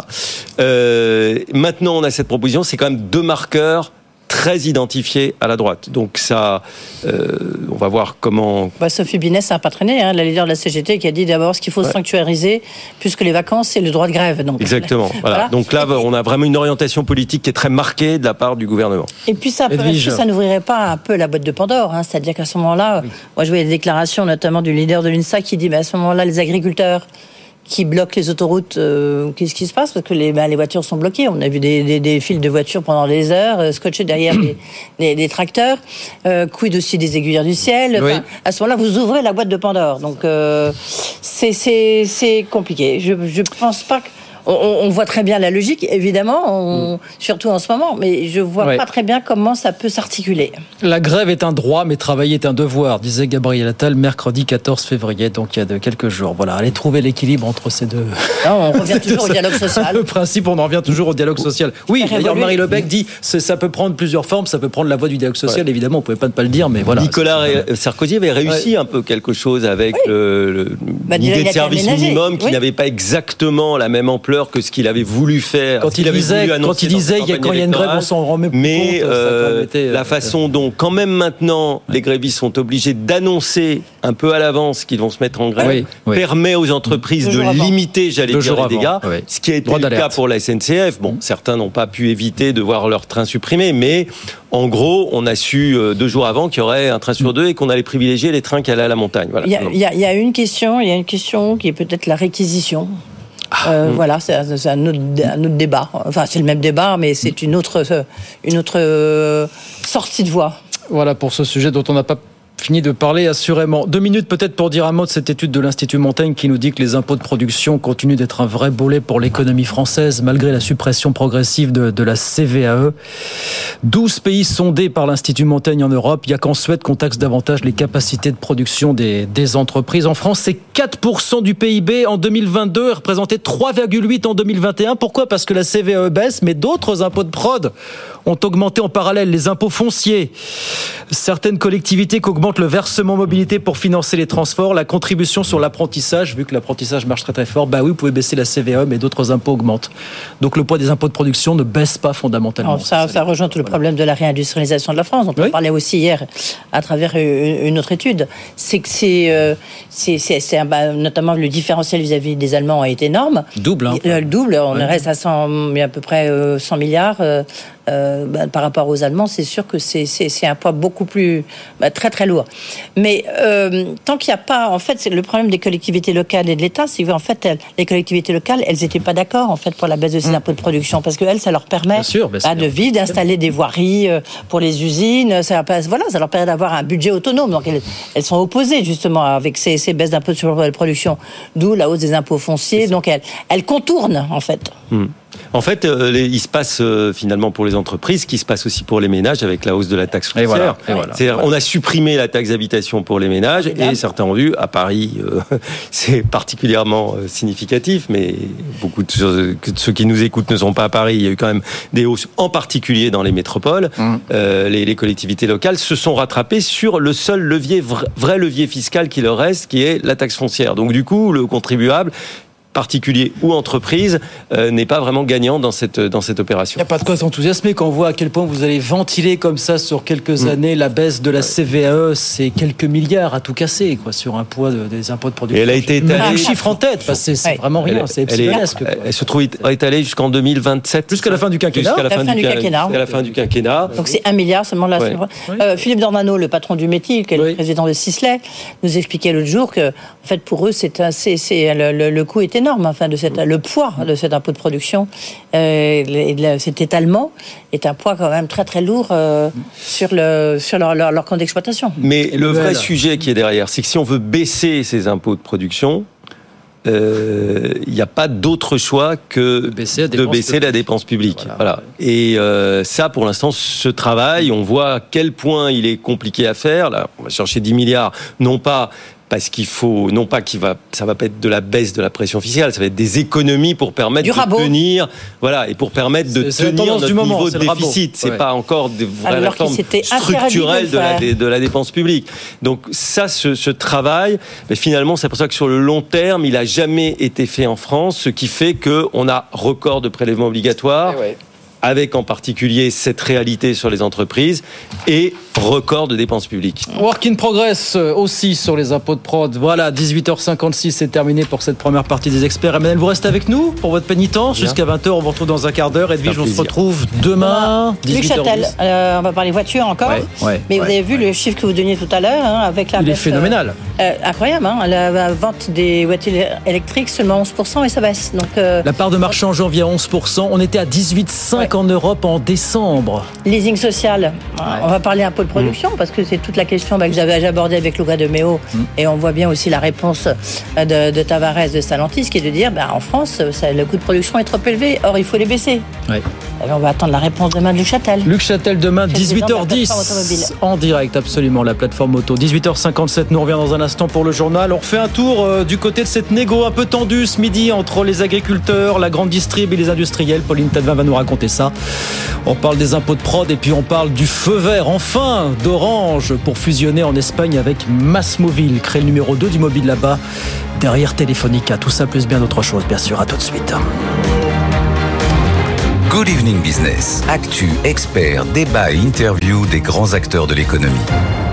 Euh, maintenant, on a cette proposition, c'est quand même deux marqueurs très identifié à la droite. Donc ça, euh, on va voir comment... Bah, Sophie Binet, ça n'a pas traîné, hein, la leader de la C G T, qui a dit d'abord ce qu'il faut ouais. sanctuariser, plus que les vacances, c'est le droit de grève. Donc, exactement. Voilà. Voilà. Donc là, on a vraiment une orientation politique qui est très marquée de la part du gouvernement. Et puis ça, est-ce que ça n'ouvrirait pas un peu la boîte de Pandore, hein, c'est-à-dire qu'à ce moment-là, oui. moi je voyais des déclarations notamment du leader de l'UNSA qui dit, mais à ce moment-là, les agriculteurs qui bloquent les autoroutes, euh, qu'est-ce qui se passe? Parce que les, bah, les voitures sont bloquées. On a vu des, des, des files de voitures pendant des heures, euh, scotchées derrière les, les, les tracteurs. Euh, quid aussi des aiguilleurs du ciel. Oui. Enfin, à ce moment-là, vous ouvrez la boîte de Pandore. Donc, euh, c'est, c'est, c'est compliqué. Je ne pense pas que... On, on voit très bien la logique, évidemment, on, mm. surtout en ce moment, mais je vois ouais. pas très bien comment ça peut s'articuler. La grève est un droit, mais travailler est un devoir, disait Gabriel Attal mercredi quatorze février, donc il y a de quelques jours. Voilà, allez trouver l'équilibre entre ces deux. Non, on revient toujours au dialogue social. Le principe, on en revient toujours au dialogue social. Oui, d'ailleurs, Marie Lebec dit que ça peut prendre plusieurs formes, ça peut prendre la voie du dialogue social, ouais. évidemment, on ne pouvait pas ne pas le dire, mais voilà. Nicolas Sarkozy avait réussi ouais. un peu quelque chose avec oui. le, le, bah, l'idée de service minimum qui oui. n'avait pas exactement la même ampleur que ce qu'il avait voulu Voulu faire, quand il disait, quand il disait qu'il y a quand il y a une grève, on s'en rend même mais compte. Euh, été, la euh, façon dont, quand même maintenant, ouais. les grévistes sont obligés d'annoncer un peu à l'avance qu'ils vont se mettre en grève, oui, oui. permet aux entreprises de avant. limiter, j'allais Deux dire, les avant. dégâts. Oui. Ce qui a été Droit le d'alerte. cas pour la S N C F. Bon, mmh. certains n'ont pas pu éviter de voir leur train supprimé, mais en gros, on a su euh, deux jours avant qu'il y aurait un train sur deux et qu'on allait privilégier les trains qui allaient à la montagne. Voilà. Il y a, il y a, il y a une question, il y a une question qui est peut-être la réquisition. Euh, mmh. Voilà, c'est, c'est un, autre, un autre débat. Enfin, c'est le même débat, mais c'est une autre, une autre sortie de voie. Voilà pour ce sujet dont on n'a pas fini de parler assurément. Deux minutes peut-être pour dire un mot de cette étude de l'Institut Montaigne qui nous dit que les impôts de production continuent d'être un vrai boulet pour l'économie française malgré la suppression progressive de, de la C V A E. douze pays sondés par l'Institut Montaigne en Europe. Il n'y a qu'en Suède qu'on taxe davantage les capacités de production des, des entreprises. En France, c'est quatre pour cent du P I B en deux mille vingt-deux et représentait trois virgule huit pour cent en deux mille vingt et un. Pourquoi ? Parce que la C V A E baisse, mais d'autres impôts de prod ont augmenté en parallèle. Les impôts fonciers, certaines collectivités qui augmentent le versement mobilité pour financer les transports, la contribution sur l'apprentissage, vu que l'apprentissage marche très très fort, bah oui, vous pouvez baisser la C V A E, mais d'autres impôts augmentent. Donc le poids des impôts de production ne baisse pas fondamentalement. Alors, ça, ça rejoint tout le problème de la réindustrialisation de la France, dont oui. on parlait aussi hier à travers une autre étude. C'est que c'est, euh, c'est, c'est, c'est bah, notamment le différentiel vis-à-vis des Allemands est énorme. Double. Hein. Le double, on ouais. reste à cent, à peu près euh, cent milliards. Euh, Euh, bah, par rapport aux Allemands, c'est sûr que c'est, c'est, c'est un poids beaucoup plus bah, très très lourd. Mais euh, tant qu'il n'y a pas, en fait, c'est le problème des collectivités locales et de l'État, c'est qu'en fait, elles, les collectivités locales, elles n'étaient pas d'accord en fait pour la baisse de ces mmh. impôts de production, parce que elles, ça leur permet bien sûr, bah, de vivre, d'installer des voiries euh, pour les usines. Ça, voilà, ça leur permet d'avoir un budget autonome. Donc elles, elles sont opposées justement avec ces, ces baisses d'impôts sur la production, d'où la hausse des impôts fonciers. Donc elles, elles contournent en fait. Mmh. En fait, euh, les, il se passe euh, finalement pour les entreprises, ce qui se passe aussi pour les ménages avec la hausse de la taxe foncière. Et voilà, et voilà. C'est-à-dire, on a supprimé la taxe d'habitation pour les ménages et certains ont vu, à Paris, euh, c'est particulièrement euh, significatif, mais beaucoup de ceux, de ceux qui nous écoutent ne sont pas à Paris. Il y a eu quand même des hausses, en particulier dans les métropoles. Mmh. Euh, les, les collectivités locales se sont rattrapées sur le seul levier, vrai, vrai levier fiscal qui leur reste, qui est la taxe foncière. Donc du coup, le contribuable, particulier ou entreprise, euh, n'est pas vraiment gagnant dans cette, dans cette opération. Il n'y a pas de quoi s'enthousiasmer quand on voit à quel point vous allez ventiler comme ça sur quelques mmh. années la baisse de la C V A E, c'est quelques milliards à tout casser, quoi, sur un poids de, des impôts de production. Et elle a été étalée... un chiffre en tête, parce que c'est, c'est ouais. vraiment rien, elle, c'est epsilonesque. Elle, elle se trouve étalée jusqu'en deux mille vingt-sept. Jusqu'à la fin du quinquennat. Jusqu'à la, la fin, fin du, du quinquennat. Jusqu'à la fin du quinquennat. Donc c'est un milliard seulement là. Ouais. Euh, Philippe Dornano, le patron du Métil, qui est oui. le président de Sisley, nous expliquait l'autre jour que, en fait, pour eux, c'est, c'est, c'est le, le, le coût est énorme, enfin, de cette le poids de cet impôt de production, euh, cet étalement est un poids quand même très très lourd euh, sur, le, sur leur, leur, leur compte d'exploitation. Mais le vrai sujet qui est derrière, c'est que si on veut baisser ces impôts de production, il euh, n'y a pas d'autre choix que de baisser la dépense, de baisser la dépense publique. Voilà. Voilà. Et euh, ça, pour l'instant, ce travail, on voit à quel point il est compliqué à faire. Là, on va chercher dix milliards, non pas... parce qu'il faut, non pas qu'il va, ça va pas être de la baisse de la pression fiscale, ça va être des économies pour permettre du de rabot. tenir, voilà, et pour permettre de c'est, tenir c'est notre moment, niveau de déficit. C'est ouais. pas encore des vraies réformes structurelles de, de, la, de, de la dépense publique. Donc ça, ce, ce travail, mais finalement, c'est pour ça que sur le long terme, il a jamais été fait en France, ce qui fait que on a record de prélèvements obligatoires. Ouais. Avec en particulier cette réalité sur les entreprises et record de dépenses publiques. Work in progress aussi sur les impôts de prod. Voilà, dix-huit heures cinquante-six, c'est terminé pour cette première partie des experts. Emmanuel, vous restez avec nous pour votre pénitence jusqu'à vingt heures. On vous retrouve dans un quart d'heure. Edwige, on se retrouve demain, dix-huit heures dix. Luc Châtel, euh, on va parler voiture encore. Ouais, ouais, mais ouais, vous avez vu ouais. le chiffre que vous donniez tout à l'heure hein, avec la Il baisse, est phénoménal. Euh, incroyable, hein, la vente des voitures électriques seulement onze pour cent et ça baisse. Donc, euh, la part de marché en janvier à onze pour cent. On était à dix-huit virgule cinq ouais. en Europe en décembre. Leasing social, ouais. on va parler un peu de production mmh. parce que c'est toute la question bah, que j'avais abordée avec Luca de Meo mmh. et on voit bien aussi la réponse de, de Tavares de Stellantis qui est de dire bah, en France ça, le coût de production est trop élevé, or il faut les baisser. Ouais. Alors, on va attendre la réponse demain de Luc Châtel. Luc Châtel demain, dix-huit heures dix en direct, absolument, la plateforme auto. dix-huit heures cinquante-sept, nous on revient dans un instant pour le journal. On refait un tour euh, du côté de cette négo un peu tendue ce midi entre les agriculteurs, la grande distrib et les industriels. Pauline Tadevin va nous raconter ça. On parle des impôts de prod et puis on parle du feu vert, enfin, d'Orange pour fusionner en Espagne avec MásMóvil, créer le numéro deux du mobile là-bas, derrière Telefónica. Tout ça plus bien d'autres choses, bien sûr. À tout de suite. Good Evening Business. Actu, experts, débat et interview des grands acteurs de l'économie.